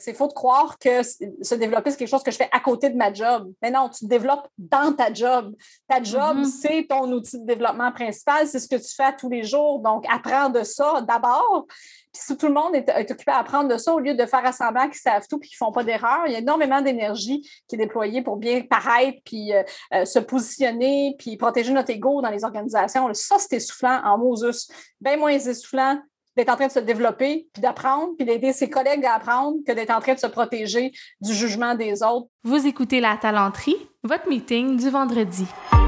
C'est faux de croire que se développer, c'est quelque chose que je fais à côté de ma job. Mais non, tu te développes dans ta job. Ta job, c'est ton outil de développement principal, c'est ce que tu fais tous les jours. Donc, apprends de ça d'abord. Puis si tout le monde est occupé à apprendre de ça, au lieu de faire semblant qu'ils savent tout et qu'ils ne font pas d'erreur, il y a énormément d'énergie qui est déployée pour bien paraître, puis se positionner, puis protéger notre ego dans les organisations. Ça, c'est essoufflant en Moses. Bien moins essoufflant d'être en train de se développer, puis d'apprendre, puis d'aider ses collègues à apprendre que d'être en train de se protéger du jugement des autres. Vous écoutez La Talenterie, votre meeting du vendredi.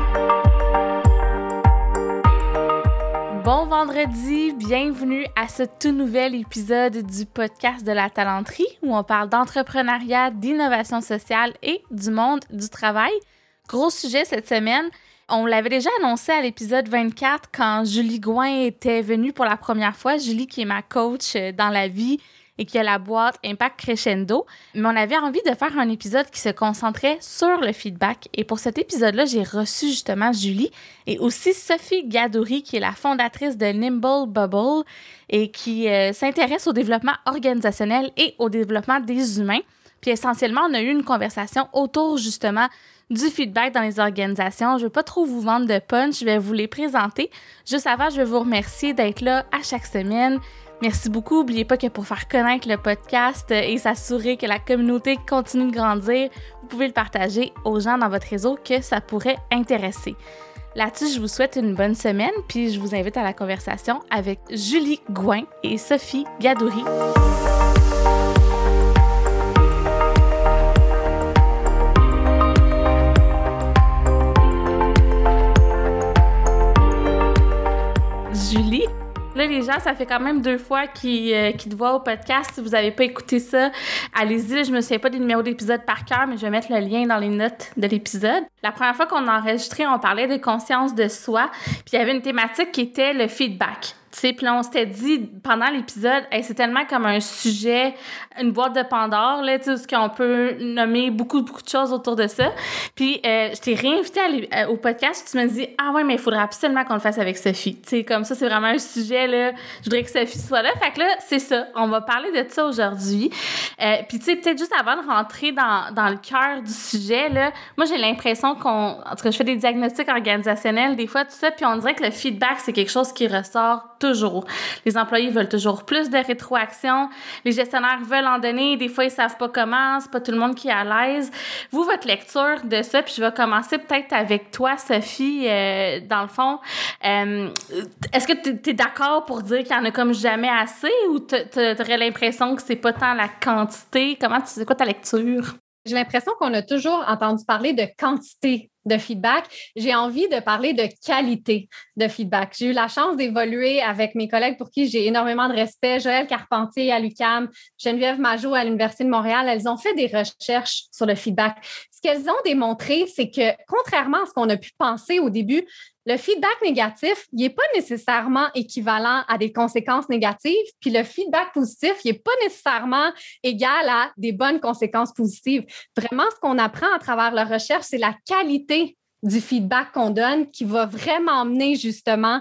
Bon vendredi, bienvenue à ce tout nouvel épisode du podcast de La Talenterie où on parle d'entrepreneuriat, d'innovation sociale et du monde du travail. Gros sujet cette semaine. On l'avait déjà annoncé à l'épisode 24 quand Julie Gouin était venue pour la première fois. Julie qui est ma coach dans la vie et qui a la boîte Impact Crescendo. Mais on avait envie de faire un épisode qui se concentrait sur le feedback. Et pour cet épisode-là, j'ai reçu justement Julie et aussi Sophie Gadouri, qui est la fondatrice de Nimble Bubble et qui s'intéresse au développement organisationnel et au développement des humains. Puis essentiellement, on a eu une conversation autour justement du feedback dans les organisations. Je ne vais pas trop vous vendre de punch, je vais vous les présenter. Juste avant, je vais vous remercier d'être là à chaque semaine. Merci beaucoup. N'oubliez pas que pour faire connaître le podcast et s'assurer que la communauté continue de grandir, vous pouvez le partager aux gens dans votre réseau que ça pourrait intéresser. Là-dessus, je vous souhaite une bonne semaine, puis je vous invite à la conversation avec Julie Gouin et Sophie Gadouri. Julie, là, les gens, ça fait quand même 2 fois qu'ils te voient au podcast. Si vous n'avez pas écouté ça, allez-y. Là, je ne me souviens pas des numéros d'épisode par cœur, mais je vais mettre le lien dans les notes de l'épisode. La première fois qu'on a enregistré, on parlait de conscience de soi. Puis il y avait une thématique qui était le feedback. Tu sais, puis là, on s'était dit pendant l'épisode, hey, c'est tellement comme un sujet, une boîte de Pandore, là, tu sais, où on peut nommer beaucoup de choses autour de ça. Puis, je t'ai réinvité au podcast, tu m'as dit, ah ouais, mais il faudrait absolument qu'on le fasse avec Sophie. Tu sais, comme ça, c'est vraiment un sujet, là, je voudrais que Sophie soit là. Fait que là, c'est ça, on va parler de ça aujourd'hui. Puis, tu sais, peut-être juste avant de rentrer dans le cœur du sujet, là, moi, j'ai l'impression en tout cas, je fais des diagnostics organisationnels, des fois, tout ça, puis on dirait que le feedback, c'est quelque chose qui ressort toujours. Les employés veulent toujours plus de rétroaction. Les gestionnaires veulent en donner. Des fois, ils savent pas comment. C'est pas tout le monde qui est à l'aise. Vous, votre lecture de ça, puis je vais commencer peut-être avec toi, Sophie, dans le fond. Est-ce que tu es d'accord pour dire qu'il y en a comme jamais assez ou t'aurais l'impression que c'est pas tant la quantité? C'est quoi ta lecture? J'ai l'impression qu'on a toujours entendu parler de quantité de feedback. J'ai envie de parler de qualité de feedback. J'ai eu la chance d'évoluer avec mes collègues pour qui j'ai énormément de respect. Joëlle Carpentier à l'UQAM, Geneviève Majot à l'Université de Montréal. Elles ont fait des recherches sur le feedback. Ce qu'elles ont démontré, c'est que contrairement à ce qu'on a pu penser au début, le feedback négatif, il n'est pas nécessairement équivalent à des conséquences négatives, puis le feedback positif, il n'est pas nécessairement égal à des bonnes conséquences positives. Vraiment, ce qu'on apprend à travers la recherche, c'est la qualité du feedback qu'on donne qui va vraiment mener justement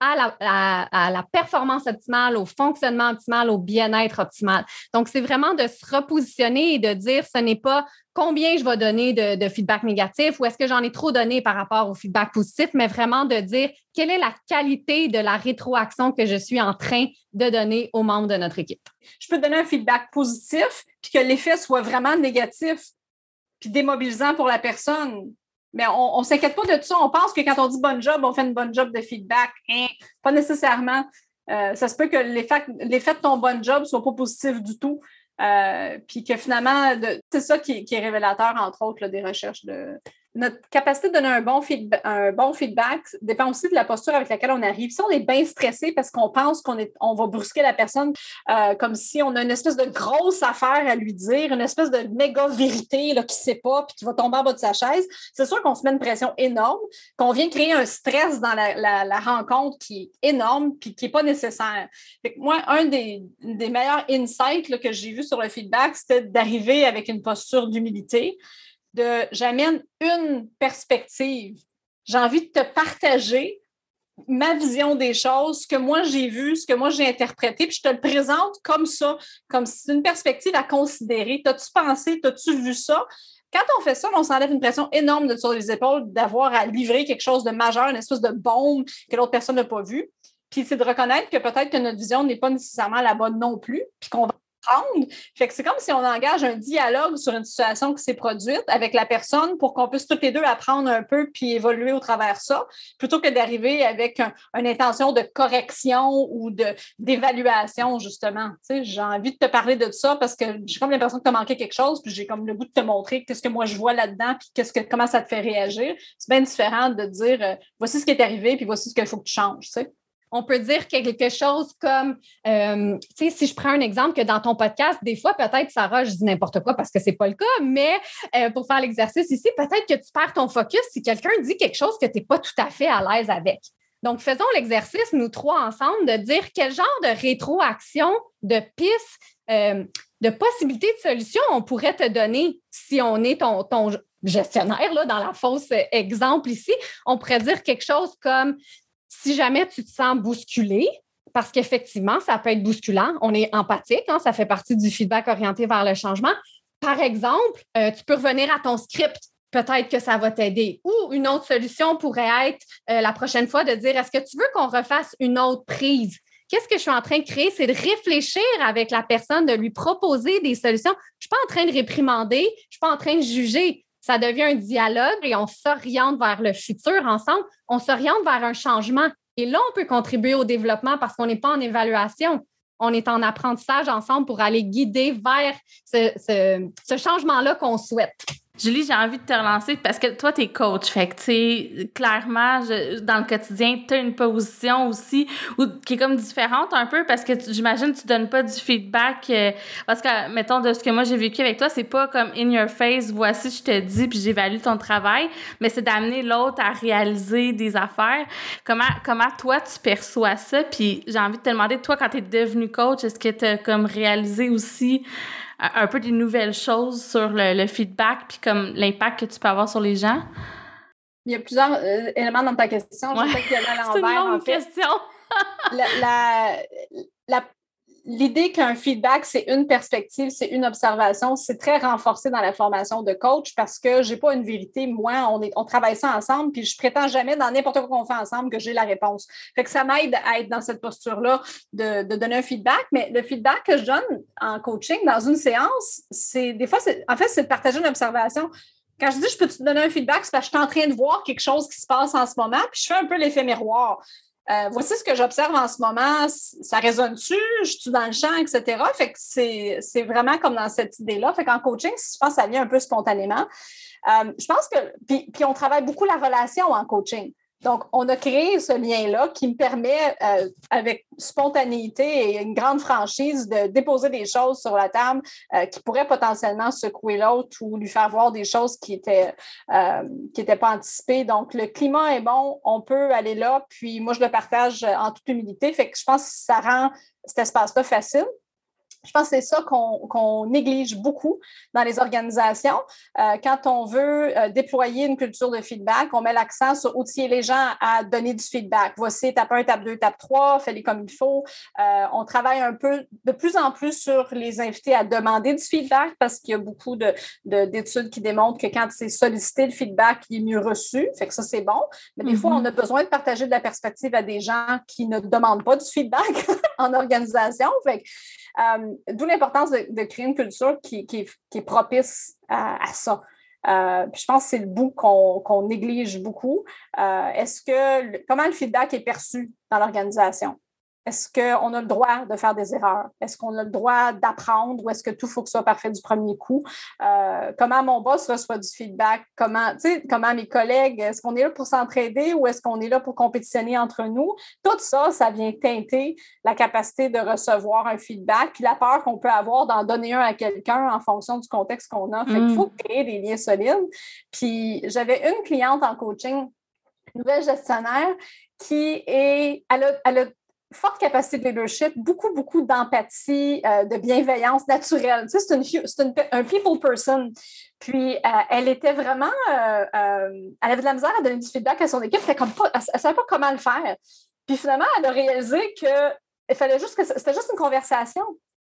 à la performance optimale, au fonctionnement optimal, au bien-être optimal. Donc, c'est vraiment de se repositionner et de dire ce n'est pas combien je vais donner de feedback négatif ou est-ce que j'en ai trop donné par rapport au feedback positif, mais vraiment de dire quelle est la qualité de la rétroaction que je suis en train de donner aux membres de notre équipe. Je peux te donner un feedback positif puis que l'effet soit vraiment négatif puis démobilisant pour la personne. Mais on ne s'inquiète pas de ça. On pense que quand on dit bonne job, on fait une bonne job de feedback. Pas nécessairement. Ça se peut que l'effet de ton bon job ne soit pas positif du tout. Puis que finalement, c'est ça qui est révélateur, entre autres, là, des recherches de notre capacité de donner un bon feedback dépend aussi de la posture avec laquelle on arrive. Si on est bien stressé parce qu'on pense qu'on va brusquer la personne comme si on a une espèce de grosse affaire à lui dire, une espèce de méga vérité là, qui ne sait pas puis qui va tomber en bas de sa chaise, c'est sûr qu'on se met une pression énorme, qu'on vient créer un stress dans la rencontre qui est énorme puis qui n'est pas nécessaire. Fait que moi, un des meilleurs insights là, que j'ai vu sur le feedback, c'était d'arriver avec une posture d'humilité. J'amène une perspective. J'ai envie de te partager ma vision des choses, ce que moi j'ai vu, ce que moi j'ai interprété, puis je te le présente comme ça, comme si c'est une perspective à considérer. T'as-tu pensé, t'as-tu vu ça? Quand on fait ça, on s'enlève une pression énorme sur les épaules d'avoir à livrer quelque chose de majeur, une espèce de bombe que l'autre personne n'a pas vue. Puis c'est de reconnaître que peut-être que notre vision n'est pas nécessairement la bonne non plus, puis qu'on va apprendre. Fait que c'est comme si on engage un dialogue sur une situation qui s'est produite avec la personne pour qu'on puisse toutes les deux apprendre un peu puis évoluer au travers de ça, plutôt que d'arriver avec une intention de correction ou d'évaluation, justement. Tu sais, j'ai envie de te parler de ça parce que j'ai comme l'impression que tu as manqué quelque chose, puis j'ai comme le goût de te montrer qu'est-ce que moi je vois là-dedans, puis comment ça te fait réagir. C'est bien différent de dire voici ce qui est arrivé, puis voici ce qu'il faut que tu changes, tu sais. On peut dire quelque chose comme, tu sais, si je prends un exemple que dans ton podcast, des fois, peut-être, Sarah, je dis n'importe quoi parce que c'est pas le cas, mais pour faire l'exercice ici, peut-être que tu perds ton focus si quelqu'un dit quelque chose que tu n'es pas tout à fait à l'aise avec. Donc, faisons l'exercice, nous trois ensemble, de dire quel genre de rétroaction, de pistes, de possibilités de solutions on pourrait te donner si on est ton gestionnaire, là, dans la fausse exemple ici. On pourrait dire quelque chose comme, si jamais tu te sens bousculé, parce qu'effectivement, ça peut être bousculant, on est empathique, hein, ça fait partie du feedback orienté vers le changement. Par exemple, tu peux revenir à ton script, peut-être que ça va t'aider. Ou une autre solution pourrait être la prochaine fois de dire, est-ce que tu veux qu'on refasse une autre prise? Qu'est-ce que je suis en train de créer? C'est de réfléchir avec la personne, de lui proposer des solutions. Je ne suis pas en train de réprimander, je ne suis pas en train de juger. Ça devient un dialogue et on s'oriente vers le futur ensemble. On s'oriente vers un changement. Et là, on peut contribuer au développement parce qu'on n'est pas en évaluation. On est en apprentissage ensemble pour aller guider vers ce changement-là qu'on souhaite. Julie, j'ai envie de te relancer parce que toi, t'es coach. Fait que, tu sais, clairement, dans le quotidien, t'as une position aussi qui est comme différente un peu parce que j'imagine que tu donnes pas du feedback parce que, mettons, de ce que moi j'ai vécu avec toi, c'est pas comme in your face, voici, je te dis, puis j'évalue ton travail, mais c'est d'amener l'autre à réaliser des affaires. Comment toi, tu perçois ça? Puis j'ai envie de te demander, toi, quand t'es devenue coach, est-ce que t'as comme réalisé aussi un peu des nouvelles choses sur le feedback puis comme l'impact que tu peux avoir sur les gens? Il y a plusieurs éléments dans ta question. Ouais. Je sais qu'il y en a à l'envers. C'est une longue question. L'idée qu'un feedback, c'est une perspective, c'est une observation, c'est très renforcé dans la formation de coach parce que j'ai pas une vérité. Moi, on travaille ça ensemble, puis je prétends jamais dans n'importe quoi qu'on fait ensemble que j'ai la réponse. Fait que ça m'aide à être dans cette posture-là de donner un feedback, mais le feedback que je donne en coaching dans une séance, c'est de partager une observation. Quand je dis je peux te donner un feedback, c'est parce que je suis en train de voir quelque chose qui se passe en ce moment, puis je fais un peu l'effet miroir. Voici ce que j'observe en ce moment, ça résonne-tu, je suis dans le champ, etc. Fait que c'est vraiment comme dans cette idée-là. Fait qu'en coaching, je pense que ça vient un peu spontanément. Je pense que, puis on travaille beaucoup la relation en coaching. Donc, on a créé ce lien-là qui me permet, avec spontanéité et une grande franchise, de déposer des choses sur la table qui pourraient potentiellement secouer l'autre ou lui faire voir des choses qui étaient pas anticipées. Donc, le climat est bon, on peut aller là, puis moi, je le partage en toute humilité. Fait que je pense que ça rend cet espace-là facile. Je pense que c'est ça qu'on néglige beaucoup dans les organisations. Quand on veut déployer une culture de feedback, on met l'accent sur outiller les gens à donner du feedback. Voici étape 1, étape 2, étape 3, fais-les comme il faut. On travaille un peu de plus en plus sur les invités à demander du feedback parce qu'il y a beaucoup d'études qui démontrent que quand c'est sollicité, le feedback il est mieux reçu. Fait que ça, c'est bon. Mais des fois, on a besoin de partager de la perspective à des gens qui ne demandent pas du feedback en organisation. Fait que, d'où l'importance de créer une culture qui est propice à ça. Puis je pense que c'est le bout qu'on néglige beaucoup. Comment le feedback est perçu dans l'organisation? Est-ce qu'on a le droit de faire des erreurs? Est-ce qu'on a le droit d'apprendre ou est-ce que tout faut que ce soit parfait du premier coup? Comment mon boss reçoit du feedback? Comment mes collègues, est-ce qu'on est là pour s'entraider ou est-ce qu'on est là pour compétitionner entre nous? Tout ça, ça vient teinter la capacité de recevoir un feedback puis la peur qu'on peut avoir d'en donner un à quelqu'un en fonction du contexte qu'on a. Fait qu'il faut créer des liens solides. Puis j'avais une cliente en coaching, une nouvelle gestionnaire, qui est... Elle a forte capacité de leadership, beaucoup d'empathie, de bienveillance naturelle. Tu sais, c'est un people person. Puis, elle était vraiment... elle avait de la misère à donner du feedback à son équipe. Elle ne savait pas comment le faire. Puis, finalement, elle a réalisé qu'il fallait juste que c'était juste une conversation.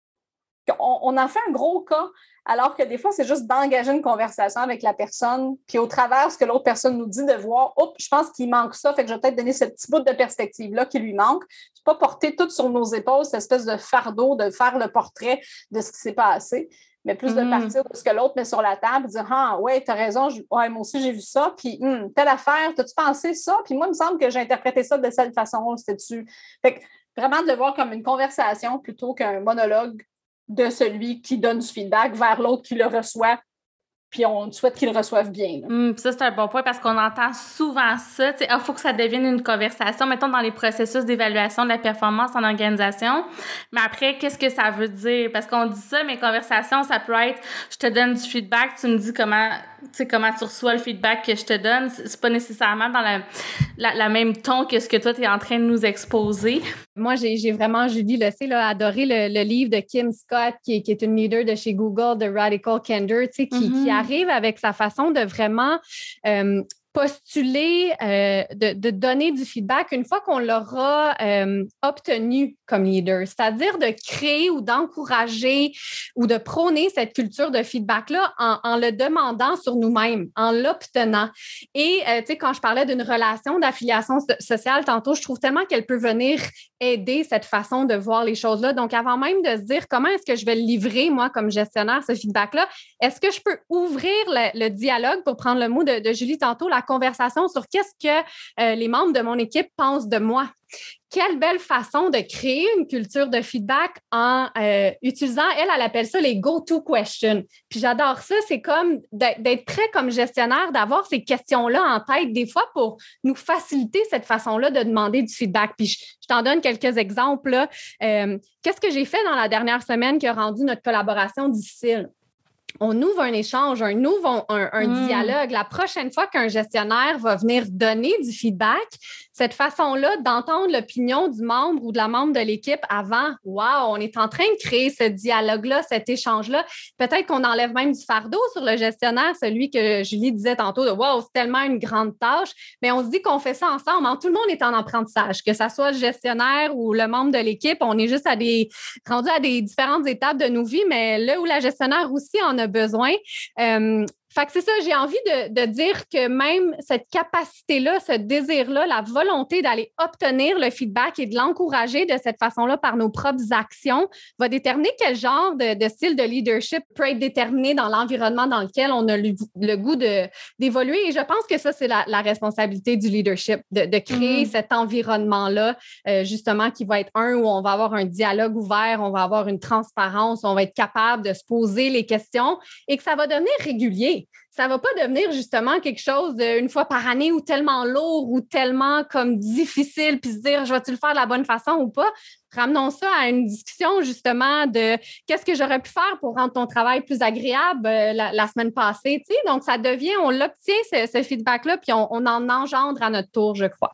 On en fait un gros cas, alors que des fois, c'est juste d'engager une conversation avec la personne, puis au travers ce que l'autre personne nous dit, de voir, « je pense qu'il manque ça, fait que je vais peut-être donner ce petit bout de perspective-là qui lui manque. » C'est pas porter tout sur nos épaules, cette espèce de fardeau de faire le portrait de ce qui s'est passé, mais plus de partir de ce que l'autre met sur la table et dire, « Ah, ouais, t'as raison, moi aussi j'ai vu ça, puis telle affaire, t'as-tu pensé ça? Puis moi, il me semble que j'ai interprété ça de cette façon, c'était-tu... » Fait que vraiment de le voir comme une conversation plutôt qu'un monologue de celui qui donne du feedback vers l'autre qui le reçoit, puis on souhaite qu'il le reçoive bien. Ça, c'est un bon point parce qu'on entend souvent ça. Il faut que ça devienne une conversation, mettons, dans les processus d'évaluation de la performance en organisation. Mais après, qu'est-ce que ça veut dire? Parce qu'on dit ça, mais conversation, ça peut être je te donne du feedback, tu me dis comment tu reçois le feedback que je te donne. C'est pas nécessairement dans la même ton que ce que toi, tu es en train de nous exposer. Moi, j'ai vraiment, Julie le sait, adoré le livre de Kim Scott, qui est une leader de chez Google, de Radical Candor, qui arrive avec sa façon de vraiment postuler, de donner du feedback une fois qu'on l'aura obtenu comme leader, c'est-à-dire de créer ou d'encourager ou de prôner cette culture de feedback-là en le demandant sur nous-mêmes, en l'obtenant. Et quand je parlais d'une relation d'affiliation sociale tantôt, je trouve tellement qu'elle peut venir aider cette façon de voir les choses-là. Donc, avant même de se dire comment est-ce que je vais le livrer, moi, comme gestionnaire, ce feedback-là, est-ce que je peux ouvrir le dialogue, pour prendre le mot de Julie tantôt, la conversation sur qu'est-ce que les membres de mon équipe pensent de moi? Quelle belle façon de créer une culture de feedback en utilisant, elle appelle ça les go-to questions. Puis j'adore ça, c'est comme d'être prêt comme gestionnaire, d'avoir ces questions-là en tête des fois pour nous faciliter cette façon-là de demander du feedback. Puis je t'en donne quelques exemples. Là. Qu'est-ce que j'ai fait dans la dernière semaine qui a rendu notre collaboration difficile? On ouvre un échange, un dialogue. La prochaine fois qu'un gestionnaire va venir donner du feedback, cette façon-là d'entendre l'opinion du membre ou de la membre de l'équipe avant, wow, on est en train de créer ce dialogue-là, cet échange-là. Peut-être qu'on enlève même du fardeau sur le gestionnaire, celui que Julie disait tantôt de wow, c'est tellement une grande tâche. Mais on se dit qu'on fait ça ensemble. Tout le monde est en apprentissage, que ça soit le gestionnaire ou le membre de l'équipe. On est juste rendu à des différentes étapes de nos vies, mais là où la gestionnaire aussi en a besoin. Fait que c'est ça, j'ai envie de dire que même cette capacité-là, ce désir-là, la volonté d'aller obtenir le feedback et de l'encourager de cette façon-là par nos propres actions va déterminer quel genre de style de leadership peut être déterminé dans l'environnement dans lequel on a le goût d'évoluer. Et je pense que ça, c'est la responsabilité du leadership, de créer cet environnement-là, justement, qui va être où on va avoir un dialogue ouvert, on va avoir une transparence, on va être capable de se poser les questions et que ça va devenir régulier. Ça ne va pas devenir justement quelque chose une fois par année ou tellement lourd ou tellement comme difficile, puis se dire, je vais-tu le faire de la bonne façon ou pas? Ramenons ça à une discussion justement de qu'est-ce que j'aurais pu faire pour rendre ton travail plus agréable la semaine passée. Tu sais? Donc, ça devient, on l'obtient ce feedback-là, puis on en engendre à notre tour, je crois.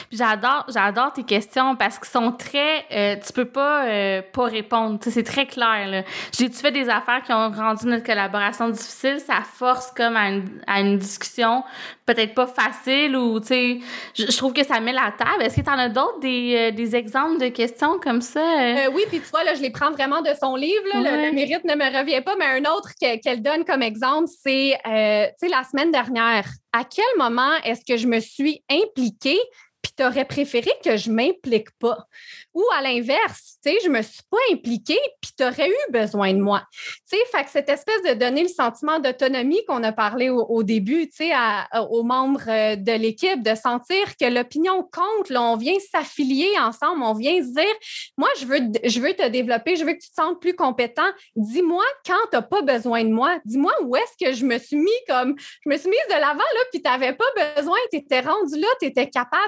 J'adore tes questions parce qu'ils sont très... tu peux pas répondre. Tu sais, c'est très clair. Là. J'ai-tu fait des affaires qui ont rendu notre collaboration difficile? Ça force comme à une discussion peut-être pas facile ou, tu sais, je trouve que ça met la table. Est-ce que tu en as d'autres, des exemples de questions comme ça? Oui, puis tu vois, là, je les prends vraiment de son livre. Là, le mérite ne me revient pas, mais un autre qu'elle donne comme exemple, c'est, tu sais, la semaine dernière, à quel moment est-ce que je me suis impliquée puis tu aurais préféré que je ne m'implique pas? Ou à l'inverse, tu sais, je ne me suis pas impliquée puis tu aurais eu besoin de moi. Tu sais, fait que cette espèce de donner le sentiment d'autonomie qu'on a parlé au début, tu sais, aux membres de l'équipe, de sentir que l'opinion compte, là, on vient s'affilier ensemble, on vient se dire, moi, je veux te développer, je veux que tu te sentes plus compétent. Dis-moi quand tu n'as pas besoin de moi. Dis-moi où est-ce que je me suis mise de l'avant, là, puis tu n'avais pas besoin, tu étais rendu là, tu étais capable. Dis-moi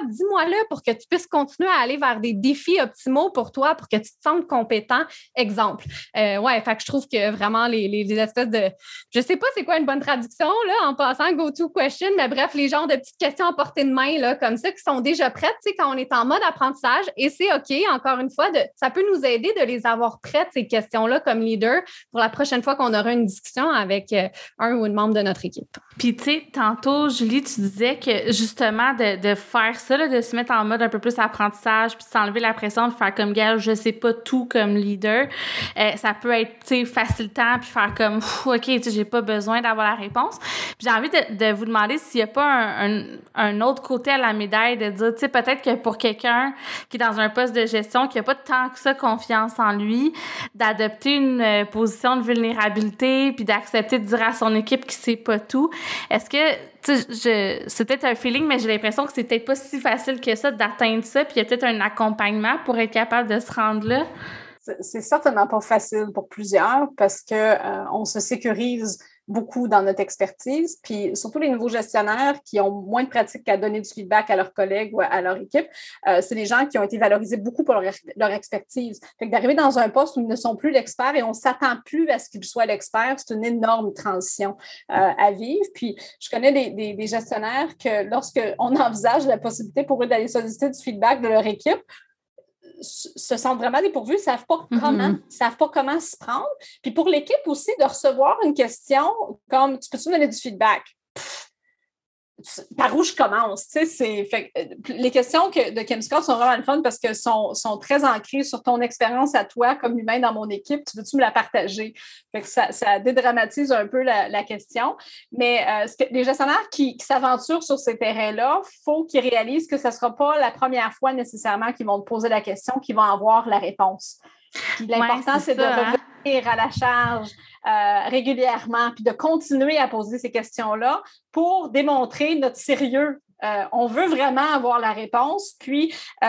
sois là pour que tu puisses continuer à aller vers des défis optimaux pour toi, pour que tu te sentes compétent. Exemple. Fait que je trouve que vraiment les espèces de... Je sais pas c'est quoi une bonne traduction, là, en passant, go-to question, mais bref, les genres de petites questions à portée de main, là, comme ça, qui sont déjà prêtes, tu sais, quand on est en mode apprentissage. Et c'est OK, encore une fois, ça peut nous aider de les avoir prêtes, ces questions-là, comme leader, pour la prochaine fois qu'on aura une discussion avec un ou une membre de notre équipe. Puis, tu sais, tantôt, Julie, tu disais que justement, de faire ça, là, de se mettre en mode un peu plus apprentissage, puis de s'enlever la pression, de faire comme gars, je sais pas tout comme leader, ça peut être, tu sais, facilitant, puis faire comme, OK, tu sais, j'ai pas besoin d'avoir la réponse. Puis j'ai envie de vous demander s'il y a pas un autre côté à la médaille, de dire, tu sais, peut-être que pour quelqu'un qui est dans un poste de gestion, qui a pas tant que ça confiance en lui, d'adopter une position de vulnérabilité, puis d'accepter de dire à son équipe qu'il sait pas tout. Est-ce que, tu sais, c'est peut-être un feeling, mais j'ai l'impression que c'est peut-être pas si facile que ça d'atteindre ça, puis il y a peut-être un accompagnement pour être capable de se rendre là? C'est certainement pas facile pour plusieurs parce que on se sécurise beaucoup dans notre expertise, puis surtout les nouveaux gestionnaires qui ont moins de pratique à donner du feedback à leurs collègues ou à leur équipe, c'est des gens qui ont été valorisés beaucoup pour leur expertise. Fait que d'arriver dans un poste où ils ne sont plus l'expert et on ne s'attend plus à ce qu'ils soient l'expert, c'est une énorme transition à vivre. Puis je connais des gestionnaires que lorsqu'on envisage la possibilité pour eux d'aller solliciter du feedback de leur équipe, se sentent vraiment dépourvus, ils ne savent pas comment s'y prendre. Puis pour l'équipe aussi, de recevoir une question comme « Tu peux-tu me donner du feedback? » Par où je commence? Les questions de Kim-Score sont vraiment le fun parce qu'elles sont très ancrées sur ton expérience à toi comme humain dans mon équipe. Tu veux-tu me la partager? Fait que ça dédramatise un peu la question. Mais les gestionnaires qui s'aventurent sur ces terrains-là, il faut qu'ils réalisent que ce ne sera pas la première fois nécessairement qu'ils vont te poser la question, qu'ils vont avoir la réponse. Puis l'important, c'est de revenir à la charge régulièrement, puis de continuer à poser ces questions-là pour démontrer notre sérieux. On veut vraiment avoir la réponse, puis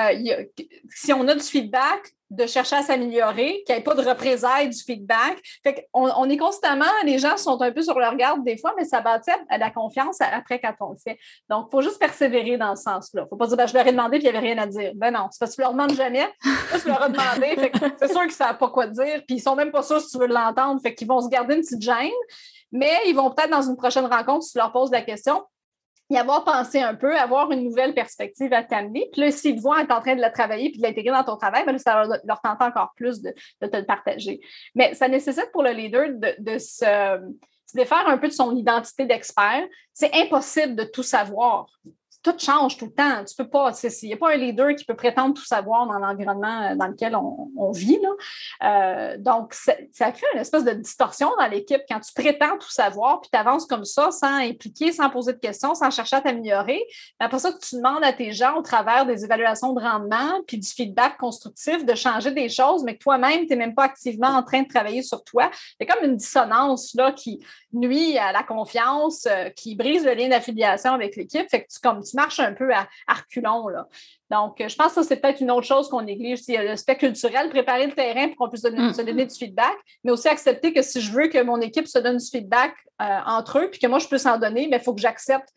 si on a du feedback, de chercher à s'améliorer, qu'il n'y ait pas de représailles du feedback. Fait qu'on est constamment, les gens sont un peu sur leur garde des fois, mais ça bâtit à la confiance après quand on le fait. Donc, il faut juste persévérer dans ce sens-là. Il ne faut pas dire, je leur ai demandé et il n'y avait rien à dire. Ben non, c'est parce que tu leur demandes jamais. Là, tu leur as demandé. Fait que c'est sûr qu'ils ne savent pas quoi dire, puis ils ne sont même pas sûrs si tu veux l'entendre. Fait qu'ils vont se garder une petite gêne, mais ils vont peut-être dans une prochaine rencontre, si tu leur poses la question, y avoir pensé un peu, avoir une nouvelle perspective à t'amener. Puis là, s'ils te voient être en train de la travailler puis de l'intégrer dans ton travail, bien là, ça leur tente encore plus de te le partager. Mais ça nécessite pour le leader de se défaire un peu de son identité d'expert. C'est impossible de tout savoir. Tout change tout le temps. Tu peux pas, il n'y a pas un leader qui peut prétendre tout savoir dans l'environnement dans lequel on vit, là. Donc, ça crée une espèce de distorsion dans l'équipe quand tu prétends tout savoir, puis tu avances comme ça, sans impliquer, sans poser de questions, sans chercher à t'améliorer. Mais après ça, que tu demandes à tes gens, au travers des évaluations de rendement, puis du feedback constructif, de changer des choses, mais que toi-même, tu n'es même pas activement en train de travailler sur toi. Il y a comme une dissonance là, qui nuit à la confiance, qui brise le lien d'affiliation avec l'équipe. Fait que tu marches un peu à reculons, là. Donc, je pense que ça, c'est peut-être une autre chose qu'on néglige. Il y a l'aspect culturel, préparer le terrain pour qu'on puisse se donner du feedback, mais aussi accepter que si je veux que mon équipe se donne du feedback entre eux, puis que moi, je puisse en donner, mais il faut que j'accepte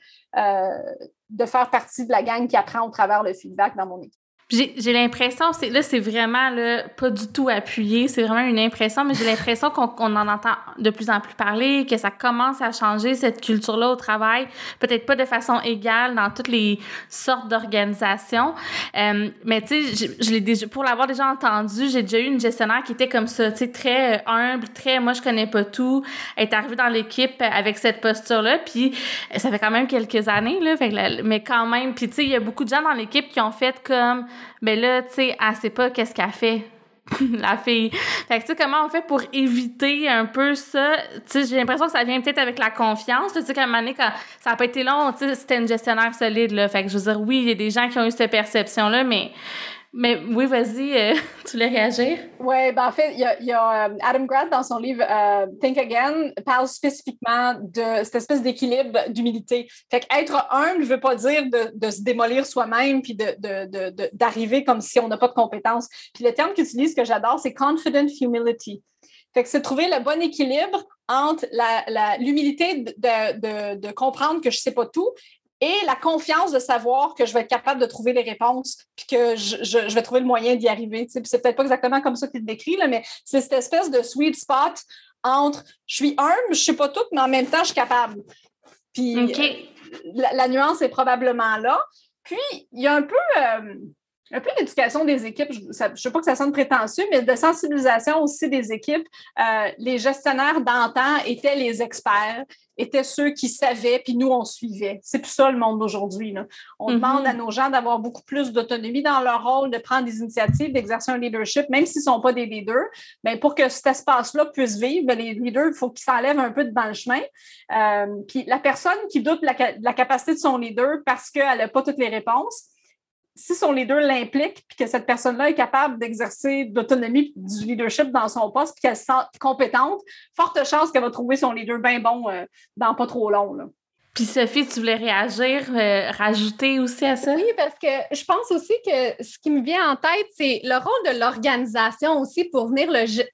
de faire partie de la gang qui apprend au travers le feedback dans mon équipe. J'ai l'impression, c'est vraiment là, pas du tout appuyé, c'est vraiment une impression, mais j'ai l'impression qu'on en entend de plus en plus parler, que ça commence à changer cette culture-là au travail, peut-être pas de façon égale dans toutes les sortes d'organisations, mais tu sais, pour l'avoir déjà entendu, j'ai déjà eu une gestionnaire qui était comme ça, tu sais, très humble, très « moi je connais pas tout », elle est arrivée dans l'équipe avec cette posture-là, puis ça fait quand même quelques années, là, mais quand même, puis tu sais, il y a beaucoup de gens dans l'équipe qui ont fait comme ben là, tu sais, elle sait pas qu'est-ce qu'elle fait, la fille. Fait que, tu sais, comment on fait pour éviter un peu ça? Tu sais, j'ai l'impression que ça vient peut-être avec la confiance. Tu sais, qu'à un moment donné, quand ça n'a pas été long, tu sais, c'était une gestionnaire solide, là. Fait que, je veux dire, oui, il y a des gens qui ont eu cette perception-là, mais oui, vas-y, tu voulais réagir? Oui, ben en fait, il y a Adam Grant, dans son livre Think Again, parle spécifiquement de cette espèce d'équilibre d'humilité. Fait qu'être humble ne veut pas dire de se démolir soi-même puis d'arriver comme si on n'a pas de compétences. Puis le terme qu'il utilise, que j'adore, c'est « confident humility ». Fait que c'est trouver le bon équilibre entre l'humilité de comprendre que je ne sais pas tout et la confiance de savoir que je vais être capable de trouver les réponses puis que je vais trouver le moyen d'y arriver. Puis c'est peut-être pas exactement comme ça qu'il le décrit, là, mais c'est cette espèce de sweet spot entre je suis humble, je ne sais pas tout, mais en même temps, je suis capable. Puis la nuance est probablement là. Puis, il y a un peu l'éducation des équipes. Je ne sais pas que ça sonne prétentieux, mais de sensibilisation aussi des équipes. Les gestionnaires d'antan étaient les experts, étaient ceux qui savaient, puis nous, on suivait. C'est plus ça le monde d'aujourd'hui, là. On demande à nos gens d'avoir beaucoup plus d'autonomie dans leur rôle, de prendre des initiatives, d'exercer un leadership, même s'ils ne sont pas des leaders. Bien, pour que cet espace-là puisse vivre, bien, les leaders, il faut qu'ils s'enlèvent un peu devant le chemin. Puis la personne qui doute de la capacité de son leader parce qu'elle n'a pas toutes les réponses, si son leader l'implique puis que cette personne-là est capable d'exercer d'autonomie du leadership dans son poste puis qu'elle se sent compétente, forte chance qu'elle va trouver son leader bien bon dans pas trop long, là. Puis Sophie, tu voulais réagir, rajouter aussi à ça? Oui, parce que je pense aussi que ce qui me vient en tête, c'est le rôle de l'organisation aussi pour venir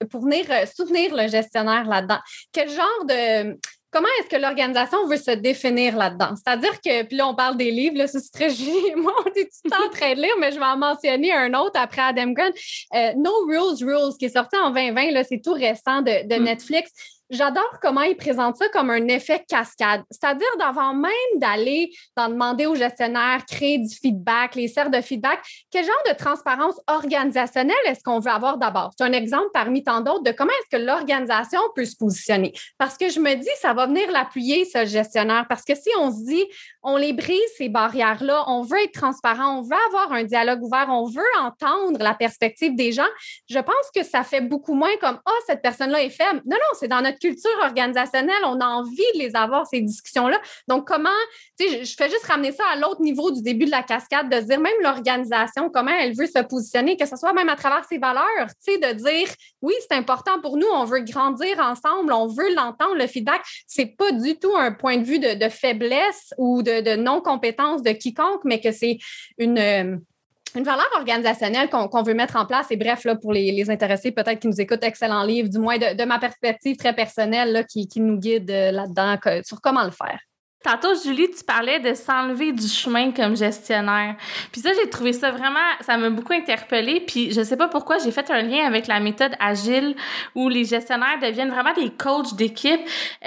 soutenir le gestionnaire là-dedans. Quel genre de... Comment est-ce que l'organisation veut se définir là-dedans? C'est-à-dire que, puis là, on parle des livres, là, ça c'est très Julie et moi, on est tout le temps en train de lire, mais je vais en mentionner un autre après Adam Grant. No Rules, qui est sorti en 2020, là, c'est tout récent de Netflix. J'adore comment ils présentent ça comme un effet cascade. C'est-à-dire, d'avant même d'aller d'en demander aux gestionnaires, créer du feedback, les cercles de feedback, quel genre de transparence organisationnelle est-ce qu'on veut avoir d'abord? C'est un exemple parmi tant d'autres de comment est-ce que l'organisation peut se positionner. Parce que je me dis, ça va venir l'appuyer, ce gestionnaire. Parce que si on se dit, on les brise, ces barrières-là, on veut être transparent, on veut avoir un dialogue ouvert, on veut entendre la perspective des gens, je pense que ça fait beaucoup moins comme « Ah, cette personne-là est faible ». Non, c'est dans notre culture organisationnelle, on a envie de les avoir, ces discussions-là. Donc, comment, tu sais, je fais juste ramener ça à l'autre niveau du début de la cascade, de dire même l'organisation, comment elle veut se positionner, que ce soit même à travers ses valeurs, tu sais, de dire, oui, c'est important pour nous, on veut grandir ensemble, on veut l'entendre, le feedback. C'est pas du tout un point de vue de faiblesse ou de non-compétence de quiconque, mais que c'est une valeur organisationnelle qu'on veut mettre en place. Et bref, là, pour les intéressés, peut-être qui nous écoutent, excellent livre, du moins de ma perspective très personnelle, là, qui nous guide là-dedans sur comment le faire. Tantôt, Julie, tu parlais de s'enlever du chemin comme gestionnaire. Puis ça, j'ai trouvé ça vraiment... Ça m'a beaucoup interpellée. Puis je sais pas pourquoi, j'ai fait un lien avec la méthode agile où les gestionnaires deviennent vraiment des coachs d'équipe.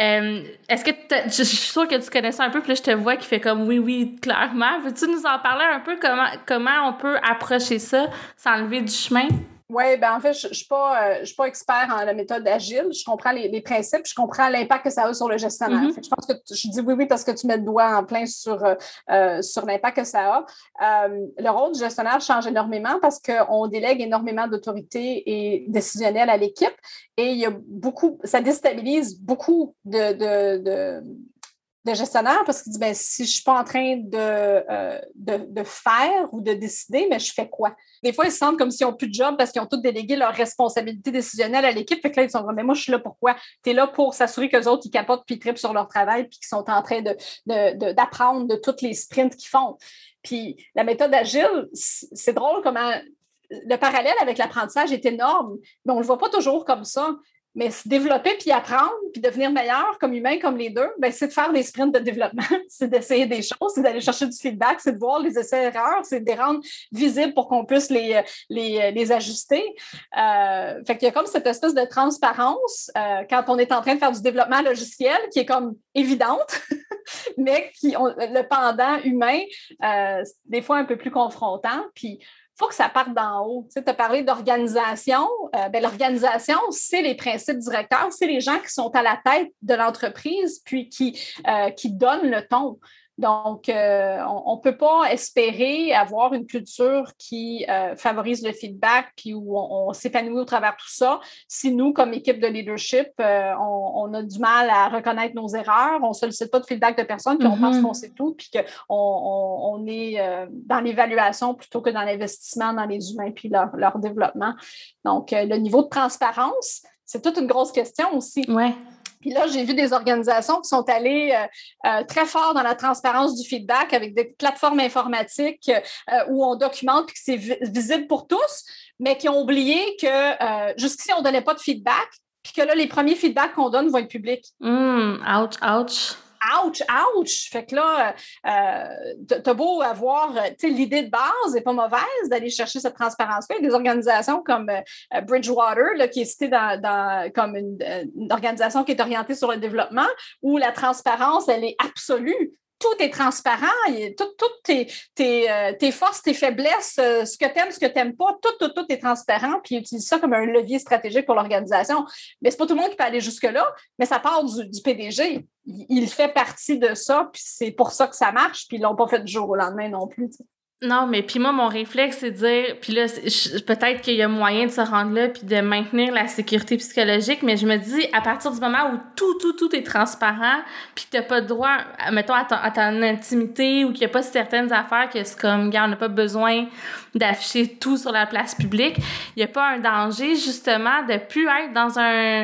Est-ce que... Je suis sûre que tu connais ça un peu, puis là, je te vois qui fait comme oui, clairement. Veux-tu nous en parler un peu comment on peut approcher ça, s'enlever du chemin? Oui, ben en fait, je suis pas expert en la méthode agile. Je comprends les principes, je comprends l'impact que ça a sur le gestionnaire. Fait que je pense que je dis oui parce que tu mets le doigt en plein sur l'impact que ça a. Le rôle du gestionnaire change énormément parce qu'on délègue énormément d'autorité et décisionnelle à l'équipe et il y a ça déstabilise beaucoup de gestionnaire parce qu'il dit si je ne suis pas en train de faire ou de décider, mais je fais quoi? Des fois, ils se sentent comme s'ils n'ont plus de job parce qu'ils ont tous délégué leurs responsabilités décisionnelles à l'équipe. Fait que là, ils sont comme, mais moi, je suis là pourquoi? Tu es là pour s'assurer qu'eux autres, ils capotent puis ils trippent sur leur travail puis qu'ils sont en train d'apprendre de tous les sprints qu'ils font. Puis la méthode agile, c'est drôle comment le parallèle avec l'apprentissage est énorme, mais on ne le voit pas toujours comme ça. Mais se développer puis apprendre puis devenir meilleur comme humain, comme les deux, c'est de faire des sprints de développement, c'est d'essayer des choses, c'est d'aller chercher du feedback, c'est de voir les essais-erreurs, c'est de les rendre visibles pour qu'on puisse les ajuster. Fait qu'il y a comme cette espèce de transparence quand on est en train de faire du développement logiciel qui est comme évidente, mais le pendant humain, des fois un peu plus confrontant. Puis il faut que ça parte d'en haut. Tu as parlé d'organisation. L'organisation, c'est les principes directeurs, c'est les gens qui sont à la tête de l'entreprise puis qui donnent le ton. Donc, on ne peut pas espérer avoir une culture qui favorise le feedback puis où on s'épanouit au travers de tout ça. Si nous, comme équipe de leadership, on a du mal à reconnaître nos erreurs, on ne sollicite pas de feedback de personne, puis on pense qu'on sait tout, puis qu'on est dans l'évaluation plutôt que dans l'investissement dans les humains puis leur développement. Donc, le niveau de transparence, c'est toute une grosse question aussi. Ouais. Puis là, j'ai vu des organisations qui sont allées très fort dans la transparence du feedback avec des plateformes informatiques où on documente puis que c'est visible pour tous, mais qui ont oublié que jusqu'ici, on ne donnait pas de feedback puis que là, les premiers feedbacks qu'on donne vont être publics. Ouch. ouch, ouch! Fait que là, t'as beau avoir, l'idée de base n'est pas mauvaise d'aller chercher cette transparence-là. Il y a des organisations comme Bridgewater, là, qui est citée comme une organisation qui est orientée sur le développement, où la transparence, elle est absolue. Tout est transparent, toutes tes forces, tes faiblesses, ce que tu n'aimes pas, tout est transparent, puis ils utilisent ça comme un levier stratégique pour l'organisation. Mais c'est pas tout le monde qui peut aller jusque-là, mais ça part du PDG. Il fait partie de ça, puis c'est pour ça que ça marche, puis ils l'ont pas fait du jour au lendemain non plus. T'sais. Non, mais puis moi, mon réflexe, c'est de dire, puis là, peut-être qu'il y a moyen de se rendre là puis de maintenir la sécurité psychologique, mais je me dis, à partir du moment où tout est transparent, puis que t'as pas de droit, mettons, à ton intimité, ou qu'il y a pas certaines affaires que c'est comme, gars, on n'a pas besoin d'afficher tout sur la place publique, il y a pas un danger, justement, de plus être dans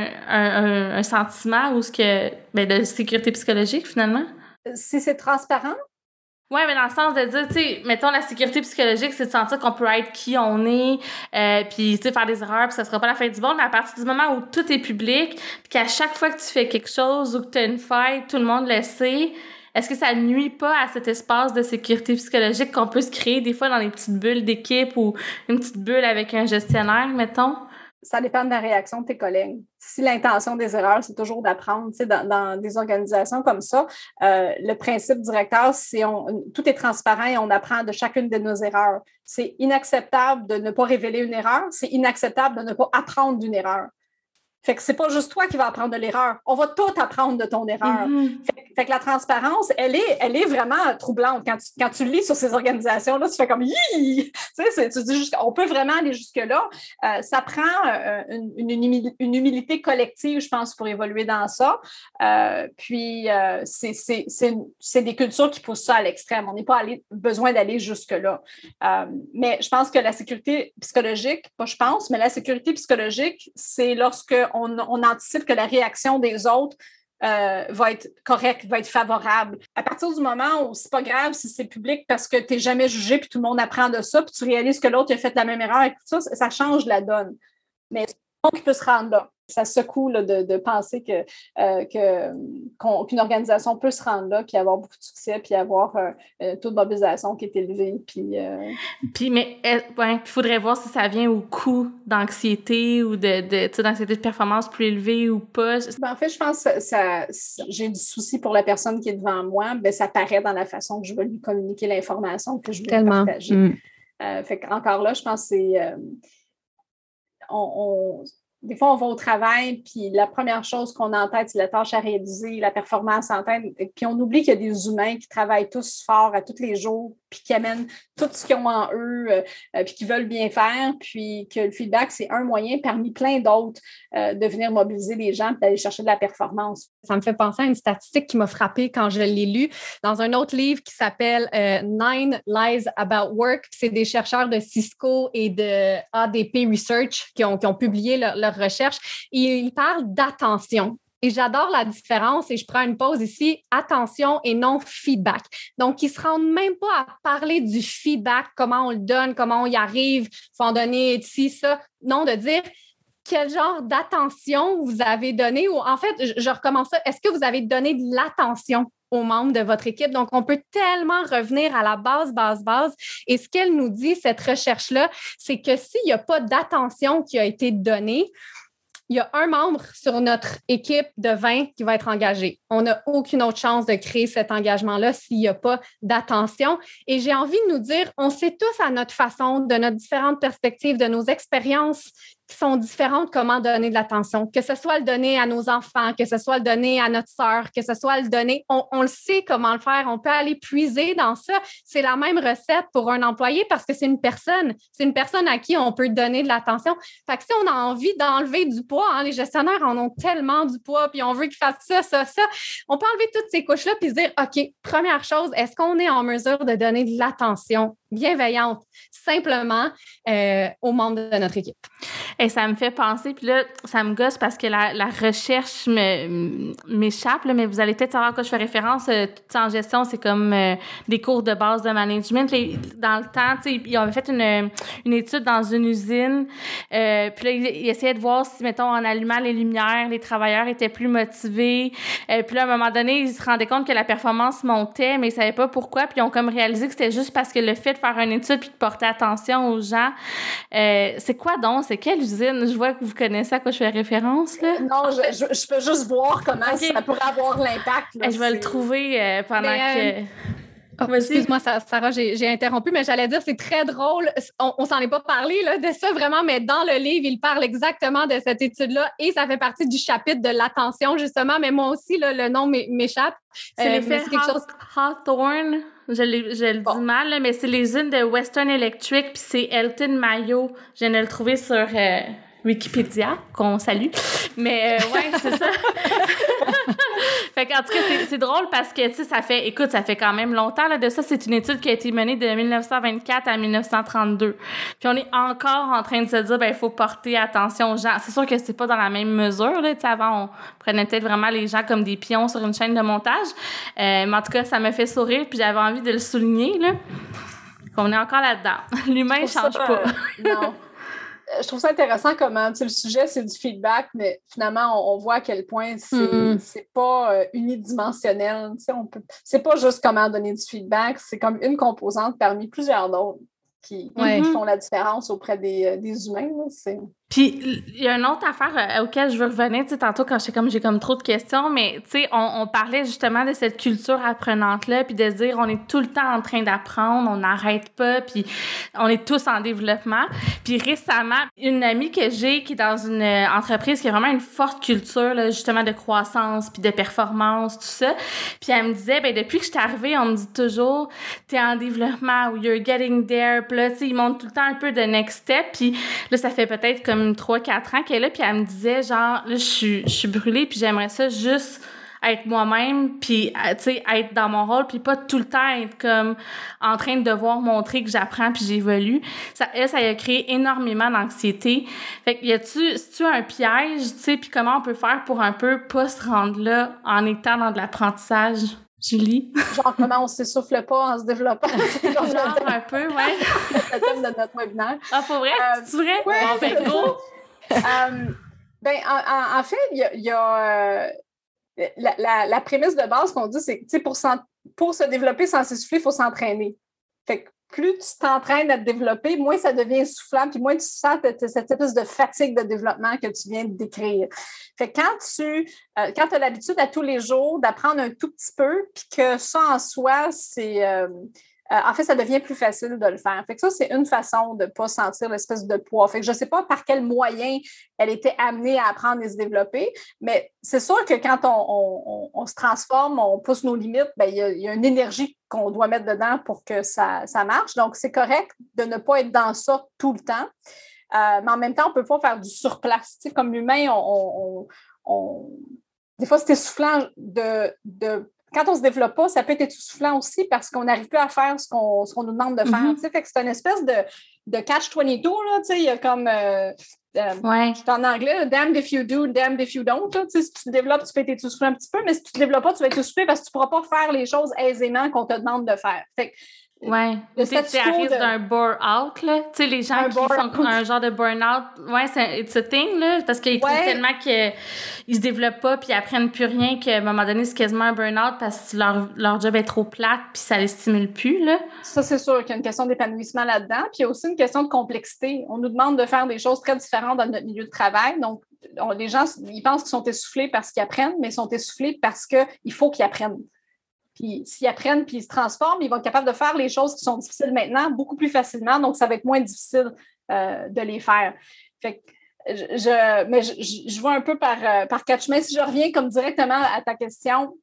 un sentiment où de sécurité psychologique, finalement? Si c'est transparent? Oui, mais dans le sens de dire, tu sais, mettons, la sécurité psychologique, c'est de sentir qu'on peut être qui on est, puis, tu sais, faire des erreurs, puis ça sera pas la fin du monde, mais à partir du moment où tout est public, puis qu'à chaque fois que tu fais quelque chose ou que tu as une faille, tout le monde le sait, est-ce que ça nuit pas à cet espace de sécurité psychologique qu'on peut se créer des fois dans les petites bulles d'équipe ou une petite bulle avec un gestionnaire, mettons? Ça dépend de la réaction de tes collègues. Si l'intention des erreurs, c'est toujours d'apprendre, tu sais, dans des organisations comme ça, le principe directeur, c'est tout est transparent et on apprend de chacune de nos erreurs. C'est inacceptable de ne pas révéler une erreur, c'est inacceptable de ne pas apprendre d'une erreur. Fait que c'est pas juste toi qui vas apprendre de l'erreur. On va tout apprendre de ton erreur. Mm-hmm. Fait que la transparence, elle est vraiment troublante. Quand tu lis sur ces organisations-là, tu fais comme « Yi! » Tu dis juste, on peut vraiment aller jusque-là. Ça prend une humilité collective, je pense, pour évoluer dans ça. Puis, c'est des cultures qui poussent ça à l'extrême. On n'est pas besoin d'aller jusque-là. Mais je pense que la sécurité psychologique, pas je pense, mais la sécurité psychologique, c'est lorsque on anticipe que la réaction des autres va être correcte, va être favorable. À partir du moment où c'est pas grave si c'est public parce que tu n'es jamais jugé puis tout le monde apprend de ça puis tu réalises que l'autre a fait la même erreur et tout ça, ça change la donne. Mais c'est tout le monde qui peut se rendre là. Ça secoue là, de penser qu'une organisation peut se rendre là puis avoir beaucoup de succès puis avoir un taux de mobilisation qui est élevé. Mais il faudrait voir si ça vient au coût d'anxiété ou d'anxiété de performance plus élevée ou pas. En fait, je pense que j'ai du souci pour la personne qui est devant moi. Ben, ça paraît dans la façon que je vais lui communiquer l'information que je veux partager. Fait qu'encore là, je pense que c'est... Des fois, on va au travail, puis la première chose qu'on a en tête, c'est la tâche à réaliser, la performance en tête. Puis on oublie qu'il y a des humains qui travaillent tous fort à tous les jours, puis qui amènent tout ce qu'ils ont en eux, puis qui veulent bien faire, puis que le feedback, c'est un moyen parmi plein d'autres de venir mobiliser les gens et d'aller chercher de la performance. Ça me fait penser à une statistique qui m'a frappée quand je l'ai lue dans un autre livre qui s'appelle « 9 Lies About Work ». C'est des chercheurs de Cisco et de ADP Research qui ont publié leur recherche. Et ils parlent d'attention. Et j'adore la différence et je prends une pause ici, attention et non feedback. Donc, ils ne se rendent même pas à parler du feedback, comment on le donne, comment on y arrive, il faut en donner ci, ça. Non, de dire quel genre d'attention vous avez donné ou en fait, je recommence ça, est-ce que vous avez donné de l'attention aux membres de votre équipe? Donc, on peut tellement revenir à la base. Et ce qu'elle nous dit, cette recherche-là, c'est que s'il n'y a pas d'attention qui a été donnée, il y a un membre sur notre équipe de 20 qui va être engagé. On n'a aucune autre chance de créer cet engagement-là s'il n'y a pas d'attention. Et j'ai envie de nous dire, on sait tous à notre façon, de notre différentes perspectives, de nos expériences qui sont différentes, comment donner de l'attention. Que ce soit le donner à nos enfants, que ce soit le donner à notre sœur, que ce soit le donner, on le sait comment le faire. On peut aller puiser dans ça. C'est la même recette pour un employé parce que c'est une personne. C'est une personne à qui on peut donner de l'attention. Fait que si on a envie d'enlever du poids, les gestionnaires en ont tellement du poids, puis on veut qu'ils fassent ça, on peut enlever toutes ces couches-là puis se dire, OK, première chose, est-ce qu'on est en mesure de donner de l'attention bienveillante, simplement aux membres de notre équipe. Et ça me fait penser, puis là, ça me gosse parce que la recherche m'échappe, là, mais vous allez peut-être savoir à quoi je fais référence. Tout ça en gestion, c'est comme des cours de base de management. Dans le temps, tu sais, ils avaient fait une étude dans une usine, puis là, ils essayaient de voir si, mettons, en allumant les lumières, les travailleurs étaient plus motivés. Puis là, à un moment donné, ils se rendaient compte que la performance montait, mais ils savaient pas pourquoi, puis ils ont comme réalisé que c'était juste parce que le fait de faire une étude puis de porter attention aux gens, c'est quoi donc? C'est quelle usine? Je vois que vous connaissez à quoi je fais référence, là. Non, je peux juste voir comment ça pourrait avoir l'impact. Là, je vais le trouver pendant que... Excuse-moi, Sarah, j'ai interrompu, mais j'allais dire, c'est très drôle. On s'en est pas parlé là, de ça vraiment, mais dans le livre, il parle exactement de cette étude-là et ça fait partie du chapitre de l'attention, justement. Mais moi aussi, là, le nom m'échappe. C'est l'effet Hawthorne. Je le dis mal, là, mais c'est l'usine de Western Electric, puis c'est Elton Mayo. Je viens de le trouver sur Wikipédia, qu'on salue. Mais ouais, c'est ça. Fait qu'en tout cas, c'est drôle parce que, tu sais, ça fait quand même longtemps, là, de ça. C'est une étude qui a été menée de 1924 à 1932. Puis on est encore en train de se dire, il faut porter attention aux gens. C'est sûr que c'est pas dans la même mesure, là. Tu sais, avant, on prenait peut-être vraiment les gens comme des pions sur une chaîne de montage. Mais en tout cas, ça me fait sourire, puis j'avais envie de le souligner, là, qu'on est encore là-dedans. L'humain ne change pas. Non. Je trouve ça intéressant comment, tu sais, le sujet, c'est du feedback, mais finalement, on voit à quel point c'est pas unidimensionnel. Tu sais, c'est pas juste comment donner du feedback, c'est comme une composante parmi plusieurs d'autres qui font la différence auprès des humains. Là, Puis, il y a une autre affaire auquel je veux revenir, tu sais, tantôt quand j'ai comme trop de questions, mais tu sais, on parlait justement de cette culture apprenante-là, puis de se dire, on est tout le temps en train d'apprendre, on n'arrête pas, puis on est tous en développement. Puis récemment, une amie que j'ai qui est dans une entreprise qui a vraiment une forte culture, là, justement, de croissance, puis de performance, tout ça, puis elle me disait, depuis que je suis arrivée, on me dit toujours, t'es en développement, ou you're getting there, puis là, tu sais, ils montrent tout le temps un peu de next step, puis là, ça fait peut-être comme 3-4 ans qu'elle est là, puis elle me disait, genre, là, je suis brûlée, puis j'aimerais ça juste être moi-même, puis, tu sais, être dans mon rôle, puis pas tout le temps être comme en train de devoir montrer que j'apprends puis j'évolue. Ça a créé énormément d'anxiété. Fait que c'est-tu un piège, tu sais, puis comment on peut faire pour un peu pas se rendre là en étant dans de l'apprentissage? Julie? Genre, comment on s'essouffle pas en se développant. Genre un peu, ouais. C'est le thème de notre webinaire. Ah, pour vrai? C'est vrai? Ouais. Bon, go! En fait, il y a la prémisse de base qu'on dit, c'est que pour se développer sans s'essouffler, il faut s'entraîner. Fait que plus tu t'entraînes à te développer, moins ça devient essoufflant, puis moins tu sens cette espèce de fatigue de développement que tu viens de décrire. Fait que quand tu as l'habitude à tous les jours d'apprendre un tout petit peu, puis que ça en soi, c'est... en fait, ça devient plus facile de le faire. Fait que ça, c'est une façon de ne pas sentir l'espèce de poids. Fait que je ne sais pas par quel moyen elle était amenée à apprendre et se développer, mais c'est sûr que quand on se transforme, on pousse nos limites, il y a une énergie qu'on doit mettre dedans pour que ça marche. Donc, c'est correct de ne pas être dans ça tout le temps. Mais en même temps, on ne peut pas faire du surplace. Tu sais, comme humain, des fois, c'est essoufflant quand on ne se développe pas, ça peut être essoufflant aussi parce qu'on n'arrive plus à faire ce qu'on nous demande de faire. Fait que c'est une espèce de catch-22, là, tu sais, il y a comme... C'est en anglais, damned if you do, damned if you don't. Là, si tu te développes, tu peux être essoufflé un petit peu, mais si tu ne te développes pas, tu vas être essoufflé parce que tu ne pourras pas faire les choses aisément qu'on te demande de faire. Fait que, ouais, c'est à risque d'un burn-out, là. Tu sais, les gens qui font un genre de burn-out, it's a thing, là, parce qu'ils trouvent tellement qu'ils se développent pas puis ils apprennent plus rien qu'à un moment donné, c'est quasiment un burn-out parce que leur job est trop plate puis ça les stimule plus, là. Ça, c'est sûr qu'il y a une question d'épanouissement là-dedans. Puis il y a aussi une question de complexité. On nous demande de faire des choses très différentes dans notre milieu de travail. Donc, les gens, ils pensent qu'ils sont essoufflés parce qu'ils apprennent, mais ils sont essoufflés parce qu'il faut qu'ils apprennent. Puis s'ils apprennent puis ils se transforment, ils vont être capables de faire les choses qui sont difficiles maintenant beaucoup plus facilement, donc ça va être moins difficile de les faire. Fait que je vois un peu par quatre chemins. Si je reviens comme directement à ta question,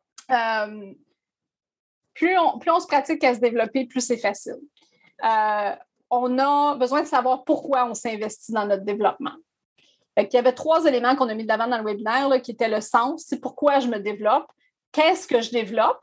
plus on se pratique à se développer, plus c'est facile. On a besoin de savoir pourquoi on s'investit dans notre développement. Fait qu'il y avait 3 éléments qu'on a mis de l'avant dans le webinaire là, qui étaient le sens, c'est pourquoi je me développe, qu'est-ce que je développe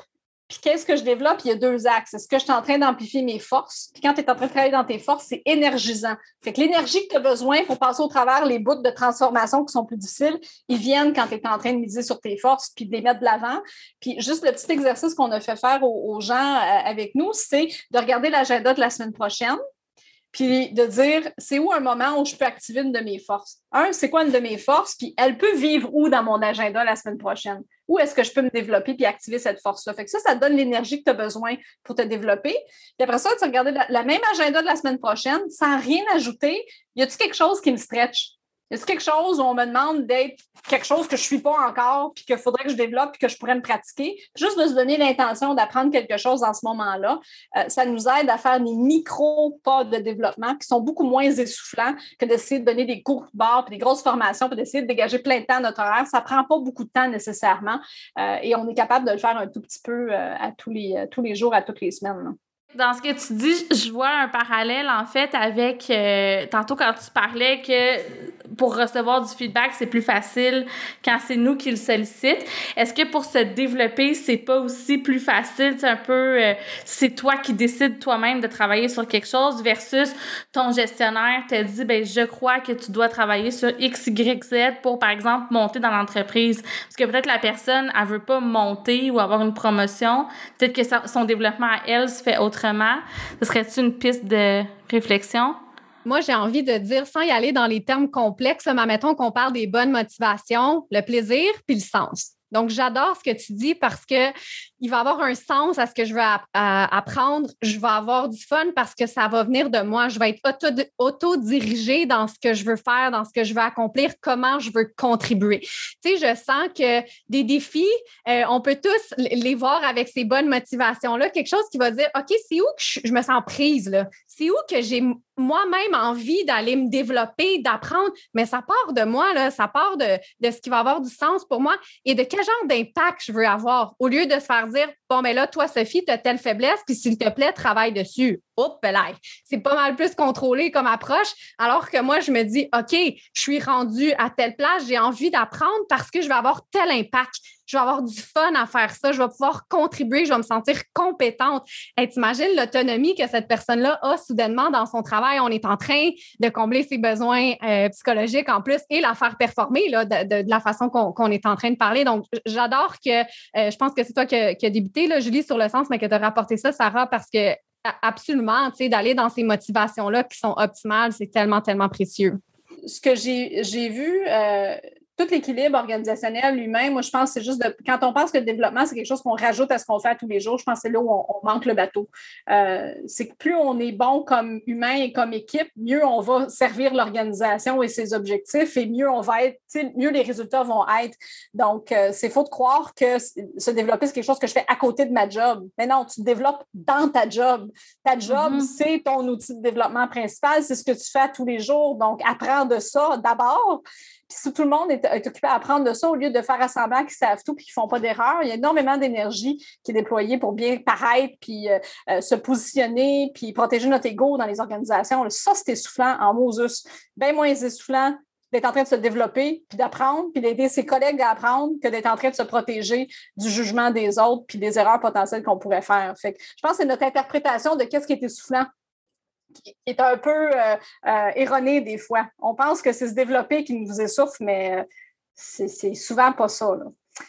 Puis qu'est-ce que je développe? Il y a 2 axes. Est-ce que je suis en train d'amplifier mes forces? Puis quand tu es en train de travailler dans tes forces, c'est énergisant. Fait que l'énergie que tu as besoin pour passer au travers les bouts de transformation qui sont plus difficiles, ils viennent quand tu es en train de miser sur tes forces puis de les mettre de l'avant. Puis juste le petit exercice qu'on a fait faire aux gens avec nous, c'est de regarder l'agenda de la semaine prochaine. Puis de dire, c'est où un moment où je peux activer une de mes forces? C'est quoi une de mes forces? Puis elle peut vivre où dans mon agenda la semaine prochaine? Où est-ce que je peux me développer puis activer cette force-là? Fait que ça te donne l'énergie que tu as besoin pour te développer. Puis après ça, tu regardes la même agenda de la semaine prochaine, sans rien ajouter. Y a-t-il quelque chose qui me stretch? Y a-t-il quelque chose où on me demande d'être quelque chose que je ne suis pas encore puis qu'il faudrait que je développe puis que je pourrais me pratiquer? Juste de se donner l'intention d'apprendre quelque chose en ce moment-là, ça nous aide à faire des micro-pas de développement qui sont beaucoup moins essoufflants que d'essayer de donner des cours de barre puis des grosses formations puis d'essayer de dégager plein de temps à notre horaire. Ça ne prend pas beaucoup de temps nécessairement et on est capable de le faire un tout petit peu à tous les jours, à toutes les semaines, là. Dans ce que tu dis, je vois un parallèle, en fait, avec tantôt quand tu parlais que pour recevoir du feedback, c'est plus facile quand c'est nous qui le sollicitent. Est-ce que pour se développer, c'est pas aussi plus facile, c'est un peu, c'est toi qui décides toi-même de travailler sur quelque chose versus ton gestionnaire te dit, ben je crois que tu dois travailler sur X, Y, Z pour, par exemple, monter dans l'entreprise. Parce que peut-être la personne, elle veut pas monter ou avoir une promotion. Peut-être que son développement à elle se fait autrement. Ce serait-tu une piste de réflexion? Moi, j'ai envie de dire, sans y aller dans les termes complexes, mais mettons qu'on parle des bonnes motivations, le plaisir puis le sens. Donc, j'adore ce que tu dis parce que il va avoir un sens à ce que je veux apprendre. Je vais avoir du fun parce que ça va venir de moi. Je vais être auto-dirigée dans ce que je veux faire, dans ce que je veux accomplir, comment je veux contribuer. Tu sais, je sens que des défis, on peut tous les voir avec ces bonnes motivations-là. Quelque chose qui va dire, OK, c'est où que je me sens prise, là? C'est où que j'ai moi-même envie d'aller me développer, d'apprendre, mais ça part de moi, là, ça part de ce qui va avoir du sens pour moi et de quel genre d'impact je veux avoir, au lieu de se faire dire, bon, mais là, toi, Sophie, tu as telle faiblesse, puis s'il te plaît, travaille dessus. Hop là, c'est pas mal plus contrôlé comme approche, alors que moi, je me dis, OK, je suis rendue à telle place, j'ai envie d'apprendre parce que je vais avoir tel impact. Je vais avoir du fun à faire ça, je vais pouvoir contribuer, je vais me sentir compétente. Hey, t'imagines l'autonomie que cette personne-là a soudainement dans son travail. On est en train de combler ses besoins psychologiques en plus et la faire performer là, de la façon qu'on est en train de parler. Donc, j'adore que, je pense que c'est toi qui as débuté, là, Julie, sur le sens, mais que tu as rapporté ça, Sarah, parce que absolument, tu sais, d'aller dans ces motivations-là qui sont optimales, c'est tellement, tellement précieux. Ce que j'ai vu... tout l'équilibre organisationnel lui-même, moi, je pense que c'est juste quand on pense que le développement, c'est quelque chose qu'on rajoute à ce qu'on fait tous les jours, je pense que c'est là où on manque le bateau. C'est que plus on est bon comme humain et comme équipe, mieux on va servir l'organisation et ses objectifs et mieux on va être, mieux les résultats vont être. Donc, c'est faux de croire que se développer, c'est quelque chose que je fais à côté de ma job. Mais non, tu te développes dans ta job. Ta job, c'est ton outil de développement principal, c'est ce que tu fais tous les jours. Donc, apprends de ça d'abord. Puis si tout le monde est occupé à apprendre de ça, au lieu de faire semblant qu'ils savent tout et qu'ils ne font pas d'erreur, il y a énormément d'énergie qui est déployée pour bien paraître, puis se positionner, puis protéger notre ego dans les organisations. Ça, c'est essoufflant en Moses. Bien moins essoufflant d'être en train de se développer, puis d'apprendre, puis d'aider ses collègues à apprendre que d'être en train de se protéger du jugement des autres puis des erreurs potentielles qu'on pourrait faire. Fait que je pense que c'est notre interprétation de qu'est-ce qui est essoufflant qui est un peu erronée des fois. On pense que c'est se développer qui nous essouffle, mais c'est souvent pas ça, là.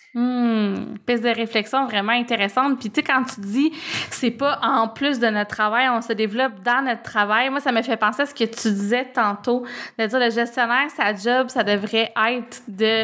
Piste de réflexion vraiment intéressante. Puis tu sais, quand tu dis c'est pas en plus de notre travail, on se développe dans notre travail, moi ça me fait penser à ce que tu disais tantôt, de dire le gestionnaire, sa job, ça devrait être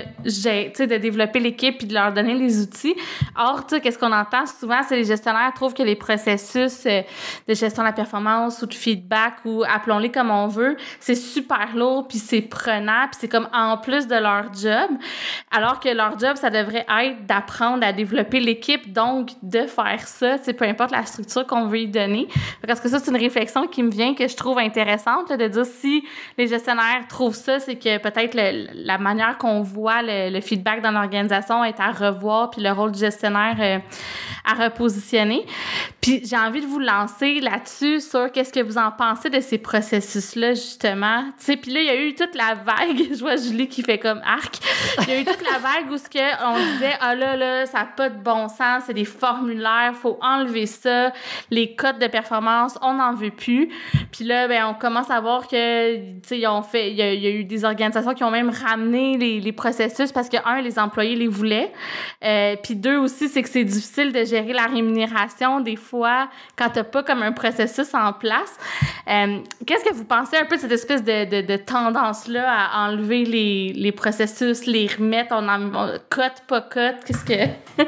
de développer l'équipe puis de leur donner les outils. Or, tu sais, qu'est-ce qu'on entend souvent, c'est les gestionnaires trouvent que les processus de gestion de la performance ou de feedback ou appelons-les comme on veut, c'est super lourd puis c'est prenant puis c'est comme en plus de leur job, alors que leur job, ça devrait être d'apprendre à développer l'équipe, donc de faire ça, peu importe la structure qu'on veut y donner. Parce que ça, c'est une réflexion qui me vient que je trouve intéressante, là, de dire si les gestionnaires trouvent ça, c'est que peut-être la manière qu'on voit le feedback dans l'organisation est à revoir, puis le rôle du gestionnaire à repositionner. Puis j'ai envie de vous lancer là-dessus sur qu'est-ce que vous en pensez de ces processus-là, justement. Puis là, il y a eu toute la vague, je vois Julie qui fait comme arc, il y a eu toute la vague où on disait, ah là, ça n'a pas de bon sens, c'est des formulaires, faut enlever ça, les codes de performance, on n'en veut plus. Puis là, ben, on commence à voir que, tu sais, il y a eu des organisations qui ont même ramené les processus parce que, un, les employés les voulaient. Puis deux aussi, c'est que c'est difficile de gérer la rémunération des fois quand t'as pas comme un processus en place. Qu'est-ce que vous pensez un peu de cette espèce de tendance-là à enlever les processus, les remettre, on cote, pas cote, qu'est-ce que...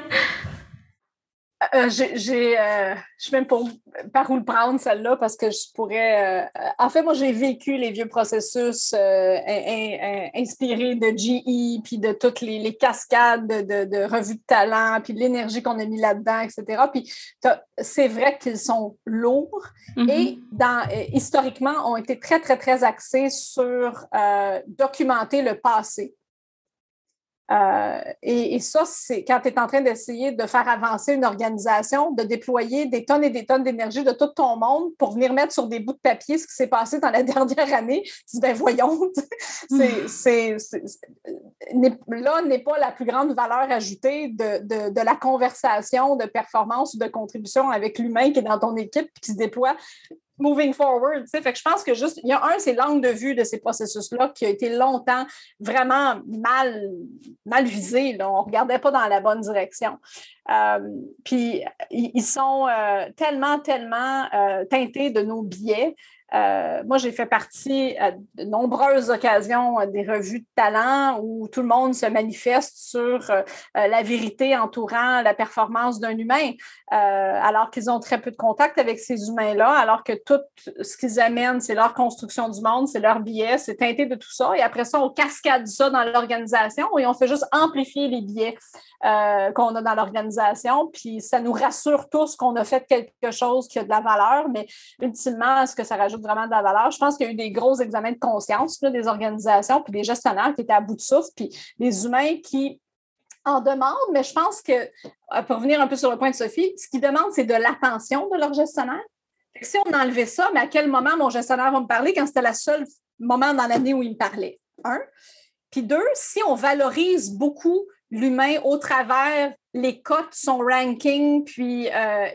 Je sais même pas par où le prendre, celle-là, parce que je pourrais... en fait, moi, j'ai vécu les vieux processus inspirés de GE, puis de toutes les cascades de revues de talent, puis de l'énergie qu'on a mis là-dedans, etc. Puis c'est vrai qu'ils sont lourds et historiquement, ont été très, très, très axés sur documenter le passé. Et ça, c'est quand tu es en train d'essayer de faire avancer une organisation, de déployer des tonnes et des tonnes d'énergie de tout ton monde pour venir mettre sur des bouts de papier ce qui s'est passé dans la dernière année. Tu dis, ben voyons, là n'est pas la plus grande valeur ajoutée de la conversation de performance ou de contribution avec l'humain qui est dans ton équipe et qui se déploie moving forward, tu sais, fait que je pense que juste, il y a c'est l'angle de vue de ces processus-là qui a été longtemps vraiment mal visé, là. On ne regardait pas dans la bonne direction. Puis, ils sont tellement teintés de nos biais. Moi, j'ai fait partie à de nombreuses occasions des revues de talent où tout le monde se manifeste sur la vérité entourant la performance d'un humain, alors qu'ils ont très peu de contact avec ces humains-là, alors que tout ce qu'ils amènent, c'est leur construction du monde, c'est leur biais, c'est teinté de tout ça. Et après ça, on cascade ça dans l'organisation et on fait juste amplifier les biais qu'on a dans l'organisation. Puis ça nous rassure tous qu'on a fait quelque chose qui a de la valeur, mais ultimement, est-ce que ça rajoute vraiment de la valeur? Je pense qu'il y a eu des gros examens de conscience là, des organisations puis des gestionnaires qui étaient à bout de souffle, puis des humains qui en demandent, mais je pense que, pour revenir un peu sur le point de Sophie, ce qu'ils demandent, c'est de l'attention de leur gestionnaire. Si on enlevait ça, mais à quel moment mon gestionnaire va me parler quand c'était le seul moment dans l'année où il me parlait? Un. Puis deux, si on valorise beaucoup l'humain au travers les cotes, son ranking, puis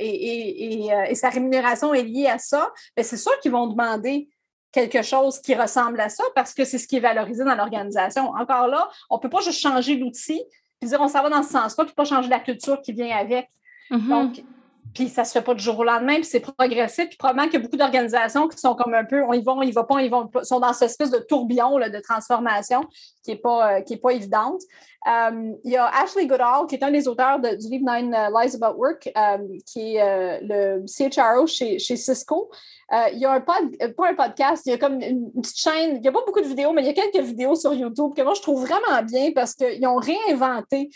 et sa rémunération est liée à ça, bien, c'est sûr qu'ils vont demander quelque chose qui ressemble à ça parce que c'est ce qui est valorisé dans l'organisation. Encore là, on ne peut pas juste changer l'outil puis dire on s'en va dans ce sens-là puis pas changer la culture qui vient avec. Donc, puis ça se fait pas du jour au lendemain, puis c'est progressif. Puis probablement qu'il y a beaucoup d'organisations qui sont comme un peu, on y va, on y va pas, sont dans cette espèce de tourbillon là, de transformation qui est pas évidente. Il y a Ashley Goodall, qui est un des auteurs du livre Nine Lies About Work, qui est le CHRO chez Cisco. Il y a pas un podcast, il y a comme une petite chaîne, il n'y a pas beaucoup de vidéos, mais il y a quelques vidéos sur YouTube que moi, je trouve vraiment bien parce qu'ils ont réinventé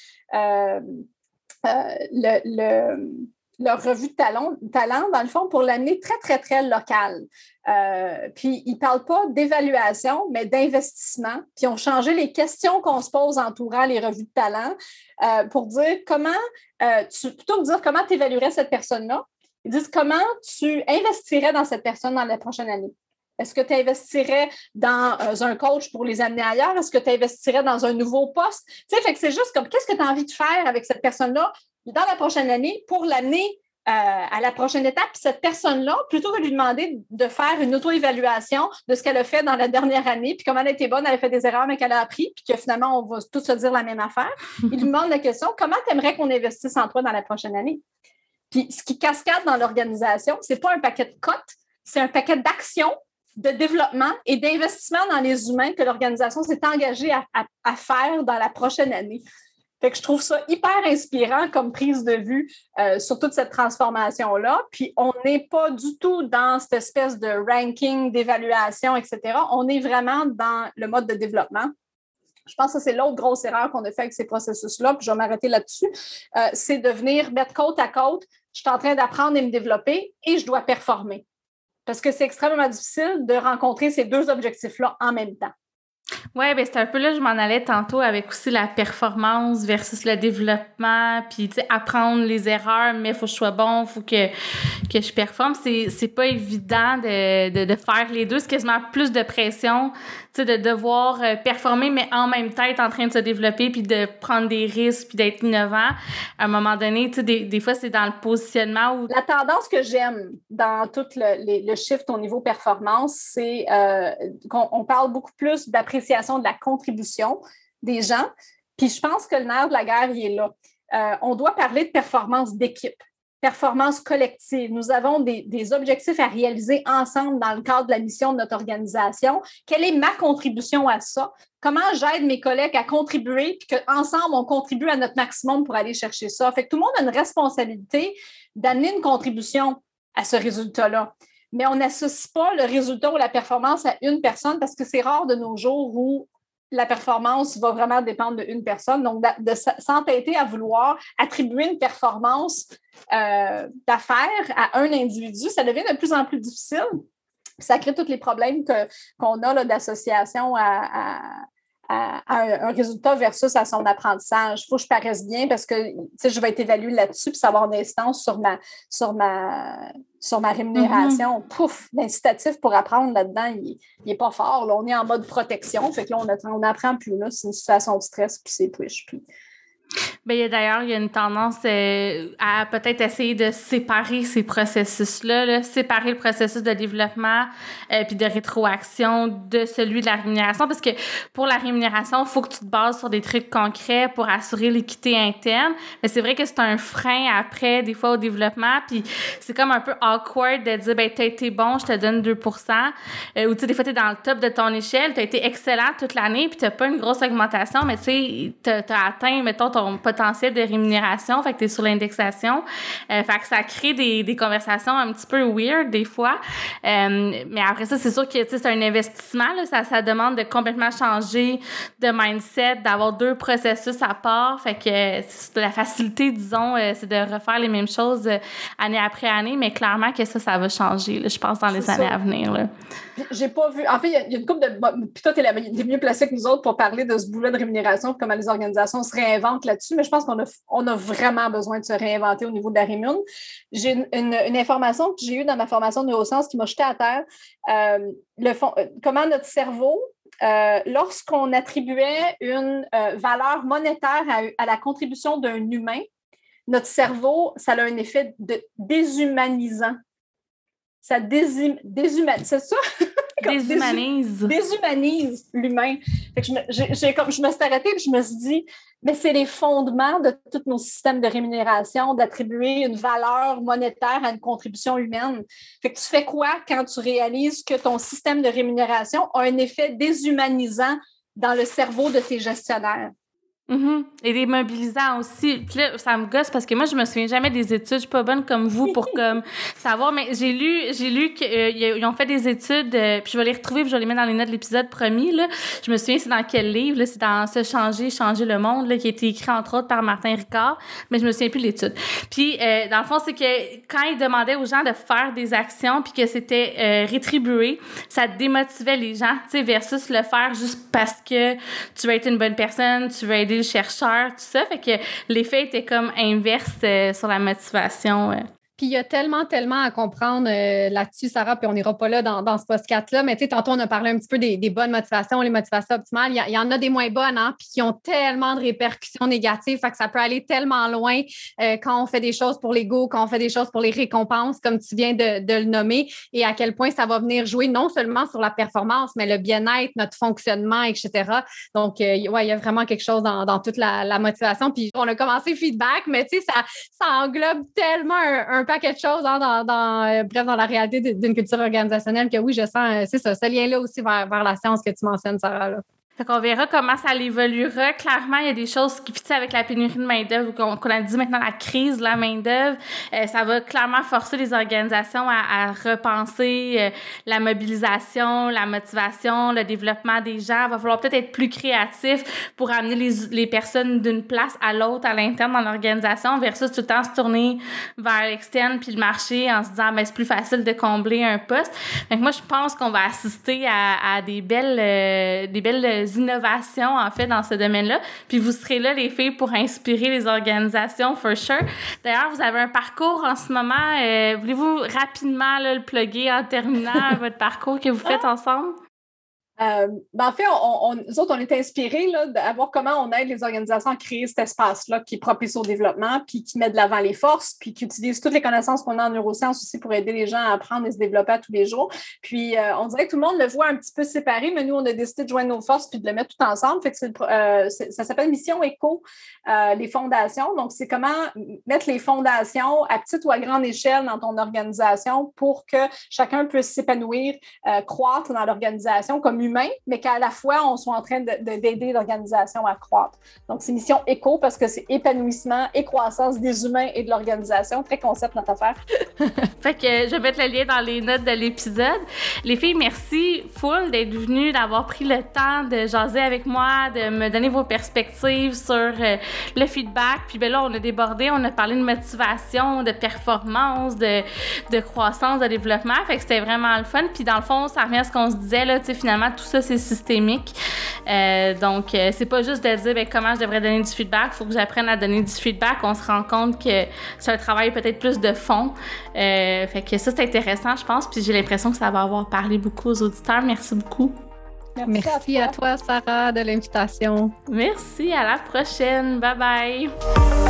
leur revue de talent, dans le fond, pour l'amener très, très, très locale. Puis, ils ne parlent pas d'évaluation, mais d'investissement. Puis, ils ont changé les questions qu'on se pose entourant les revues de talent pour dire plutôt que de dire comment tu évaluerais cette personne-là, ils disent comment tu investirais dans cette personne dans la prochaine année. Est-ce que tu investirais dans un coach pour les amener ailleurs? Est-ce que tu investirais dans un nouveau poste? Tu sais, fait que c'est juste comme qu'est-ce que tu as envie de faire avec cette personne-là dans la prochaine année pour l'amener à la prochaine étape. Puis cette personne-là, plutôt que de lui demander de faire une auto-évaluation de ce qu'elle a fait dans la dernière année, puis comment elle a été bonne, elle a fait des erreurs, mais qu'elle a appris, puis que finalement, on va tous se dire la même affaire, il lui demande la question, comment tu aimerais qu'on investisse en toi dans la prochaine année? Puis ce qui cascade dans l'organisation, ce n'est pas un paquet de cotes, c'est un paquet d'actions, de développement et d'investissement dans les humains que l'organisation s'est engagée à faire dans la prochaine année. Fait que je trouve ça hyper inspirant comme prise de vue sur toute cette transformation-là. Puis on n'est pas du tout dans cette espèce de ranking, d'évaluation, etc. On est vraiment dans le mode de développement. Je pense que c'est l'autre grosse erreur qu'on a fait avec ces processus-là, puis je vais m'arrêter là-dessus, c'est de venir mettre côte à côte. Je suis en train d'apprendre et me développer et je dois performer. Parce que c'est extrêmement difficile de rencontrer ces deux objectifs-là en même temps. Ouais, ben c'est un peu là, je m'en allais tantôt avec aussi la performance versus le développement, puis tu sais, apprendre les erreurs, mais faut que je sois bon, faut que je performe. C'est pas évident de faire les deux. C'est quasiment plus de pression, tu sais, de devoir performer, mais en même temps être en train de se développer, puis de prendre des risques, puis d'être innovant. À un moment donné, tu sais, des fois, c'est dans le positionnement où... La tendance que j'aime dans tout le shift au niveau performance, c'est qu'on parle beaucoup plus d'appréciation de la contribution des gens. Puis je pense que le nerf de la guerre, il est là. On doit parler de performance d'équipe, performance collective. Nous avons des objectifs à réaliser ensemble dans le cadre de la mission de notre organisation. Quelle est ma contribution à ça? Comment j'aide mes collègues à contribuer, puis qu'ensemble, on contribue à notre maximum pour aller chercher ça? Fait que tout le monde a une responsabilité d'amener une contribution à ce résultat-là. Mais on n'associe pas le résultat ou la performance à une personne parce que c'est rare de nos jours où la performance va vraiment dépendre d'une personne. Donc, de s'entêter à vouloir attribuer une performance d'affaires à un individu, ça devient de plus en plus difficile. Ça crée tous les problèmes qu'on a là, d'association à un résultat versus à son apprentissage. Il faut que je paraisse bien parce que je vais être évaluée là-dessus puis ça va avoir une instance sur ma rémunération. Mm-hmm. Pouf, l'incitatif pour apprendre là-dedans, il n'est pas fort. Là. On est en mode protection. Fait que là, on n'apprend plus. Là. C'est une situation de stress puis c'est push. Puis... Bien, d'ailleurs, il y a une tendance à peut-être essayer de séparer ces processus-là, séparer le processus de développement puis de rétroaction de celui de la rémunération, parce que pour la rémunération, il faut que tu te bases sur des trucs concrets pour assurer l'équité interne, mais c'est vrai que c'est un frein après, des fois, au développement, puis c'est comme un peu awkward de dire, ben t'as été bon, je te donne 2%, ou tu sais, des fois, t'es dans le top de ton échelle, t'as été excellent toute l'année, puis t'as pas une grosse augmentation, mais tu sais, t'as atteint, mettons, ton potentiel de rémunération, fait que t'es sur l'indexation. Fait que ça crée des conversations un petit peu weird des fois. Mais après ça, c'est sûr que c'est un investissement. Là, ça demande de complètement changer de mindset, d'avoir deux processus à part. Fait que la facilité, disons, c'est de refaire les mêmes choses année après année, mais clairement que ça va changer, là, je pense, dans les années à venir. Là. J'ai pas vu... En fait, il y a une couple de... Puis toi, t'es mieux placé que nous autres pour parler de ce bout-là de rémunération, comment les organisations se réinventent là-dessus, mais je pense qu'on a vraiment besoin de se réinventer au niveau de la rémun. J'ai une information que j'ai eue dans ma formation de neurosciences qui m'a jetée à terre. Comment notre cerveau, lorsqu'on attribuait une valeur monétaire à la contribution d'un humain, notre cerveau, ça a un effet déshumanisant. Ça déshumanise, c'est ça? Déshumanise l'humain. Fait que je me suis arrêtée et je me suis dit, mais c'est les fondements de tous nos systèmes de rémunération, d'attribuer une valeur monétaire à une contribution humaine. Fait que tu fais quoi quand tu réalises que ton système de rémunération a un effet déshumanisant dans le cerveau de tes gestionnaires? Mm-hmm. Et des mobilisants aussi. Puis là, ça me gosse parce que moi, je me souviens jamais des études. Je suis pas bonne comme vous pour savoir, mais j'ai lu qu'ils ont fait des études, puis je vais les retrouver, puis je vais les mettre dans les notes de l'épisode promis. Là. Je me souviens, c'est dans quel livre, là, c'est dans Se changer le monde, là, qui a été écrit entre autres par Martin Ricard, mais je me souviens plus de l'étude. Puis, dans le fond, c'est que quand ils demandaient aux gens de faire des actions, puis que c'était rétribué, ça démotivait les gens, tu sais, versus le faire juste parce que tu veux être une bonne personne, tu veux aider le chercheur, tout ça. Fait que l'effet était comme inverse sur la motivation. Puis il y a tellement à comprendre là-dessus, Sarah, puis on n'ira pas là dans ce podcast-là, mais tu sais, tantôt, on a parlé un petit peu des bonnes motivations, les motivations optimales. Il y en a des moins bonnes, hein, puis qui ont tellement de répercussions négatives, fait que ça peut aller tellement loin quand on fait des choses pour l'ego, quand on fait des choses pour les récompenses, comme tu viens de le nommer, et à quel point ça va venir jouer non seulement sur la performance, mais le bien-être, notre fonctionnement, etc. Donc, ouais, il y a vraiment quelque chose dans toute la motivation. Puis on a commencé feedback, mais tu sais, ça englobe tellement un paquet de choses hein, dans la réalité d'une culture organisationnelle que oui, je sens, c'est ça, ce lien-là aussi vers la science que tu mentionnes, Sarah. Là. Fait qu'on verra comment ça évoluera. Clairement, il y a des choses qui, puis avec la pénurie de main-d'œuvre, qu'on a dit maintenant la crise de la main-d'œuvre, ça va clairement forcer les organisations à repenser la mobilisation, la motivation, le développement des gens. Il va falloir peut-être être plus créatif pour amener les personnes d'une place à l'autre à l'interne dans l'organisation versus tout le temps se tourner vers l'externe puis le marché en se disant, ben c'est plus facile de combler un poste. Donc moi, je pense qu'on va assister à des belles innovations, en fait, dans ce domaine-là. Puis vous serez là, les filles, pour inspirer les organisations, for sure. D'ailleurs, vous avez un parcours en ce moment. Voulez-vous rapidement là, le plugger en terminant votre parcours que vous faites ensemble? En fait, nous autres, on est inspirés à voir comment on aide les organisations à créer cet espace-là qui est propice au développement, puis qui met de l'avant les forces, puis qui utilise toutes les connaissances qu'on a en neurosciences aussi pour aider les gens à apprendre et se développer à tous les jours. Puis, on dirait que tout le monde le voit un petit peu séparé, mais nous, on a décidé de joindre nos forces puis de le mettre tout ensemble. Fait que ça s'appelle Mission Éco, les fondations. Donc, c'est comment mettre les fondations à petite ou à grande échelle dans ton organisation pour que chacun puisse s'épanouir, croître dans l'organisation comme humain, mais qu'à la fois, on soit en train d'aider l'organisation à croître. Donc, c'est Mission Éco parce que c'est épanouissement et croissance des humains et de l'organisation. Très concept, notre affaire. Fait que je vais mettre le lien dans les notes de l'épisode. Les filles, merci full d'être venues, d'avoir pris le temps de jaser avec moi, de me donner vos perspectives sur le feedback. Puis ben là, on a débordé, on a parlé de motivation, de performance, de croissance, de développement. Fait que c'était vraiment le fun. Puis dans le fond, ça revient à ce qu'on se disait, là, tu sais, finalement, tout ça, c'est systémique. Donc, c'est pas juste de dire comment je devrais donner du feedback. Il faut que j'apprenne à donner du feedback. On se rend compte que c'est un travail peut-être plus de fond. Fait que ça, c'est intéressant, je pense. Puis j'ai l'impression que ça va avoir parlé beaucoup aux auditeurs. Merci beaucoup. Merci à toi, Sarah, de l'invitation. Merci. À la prochaine. Bye bye.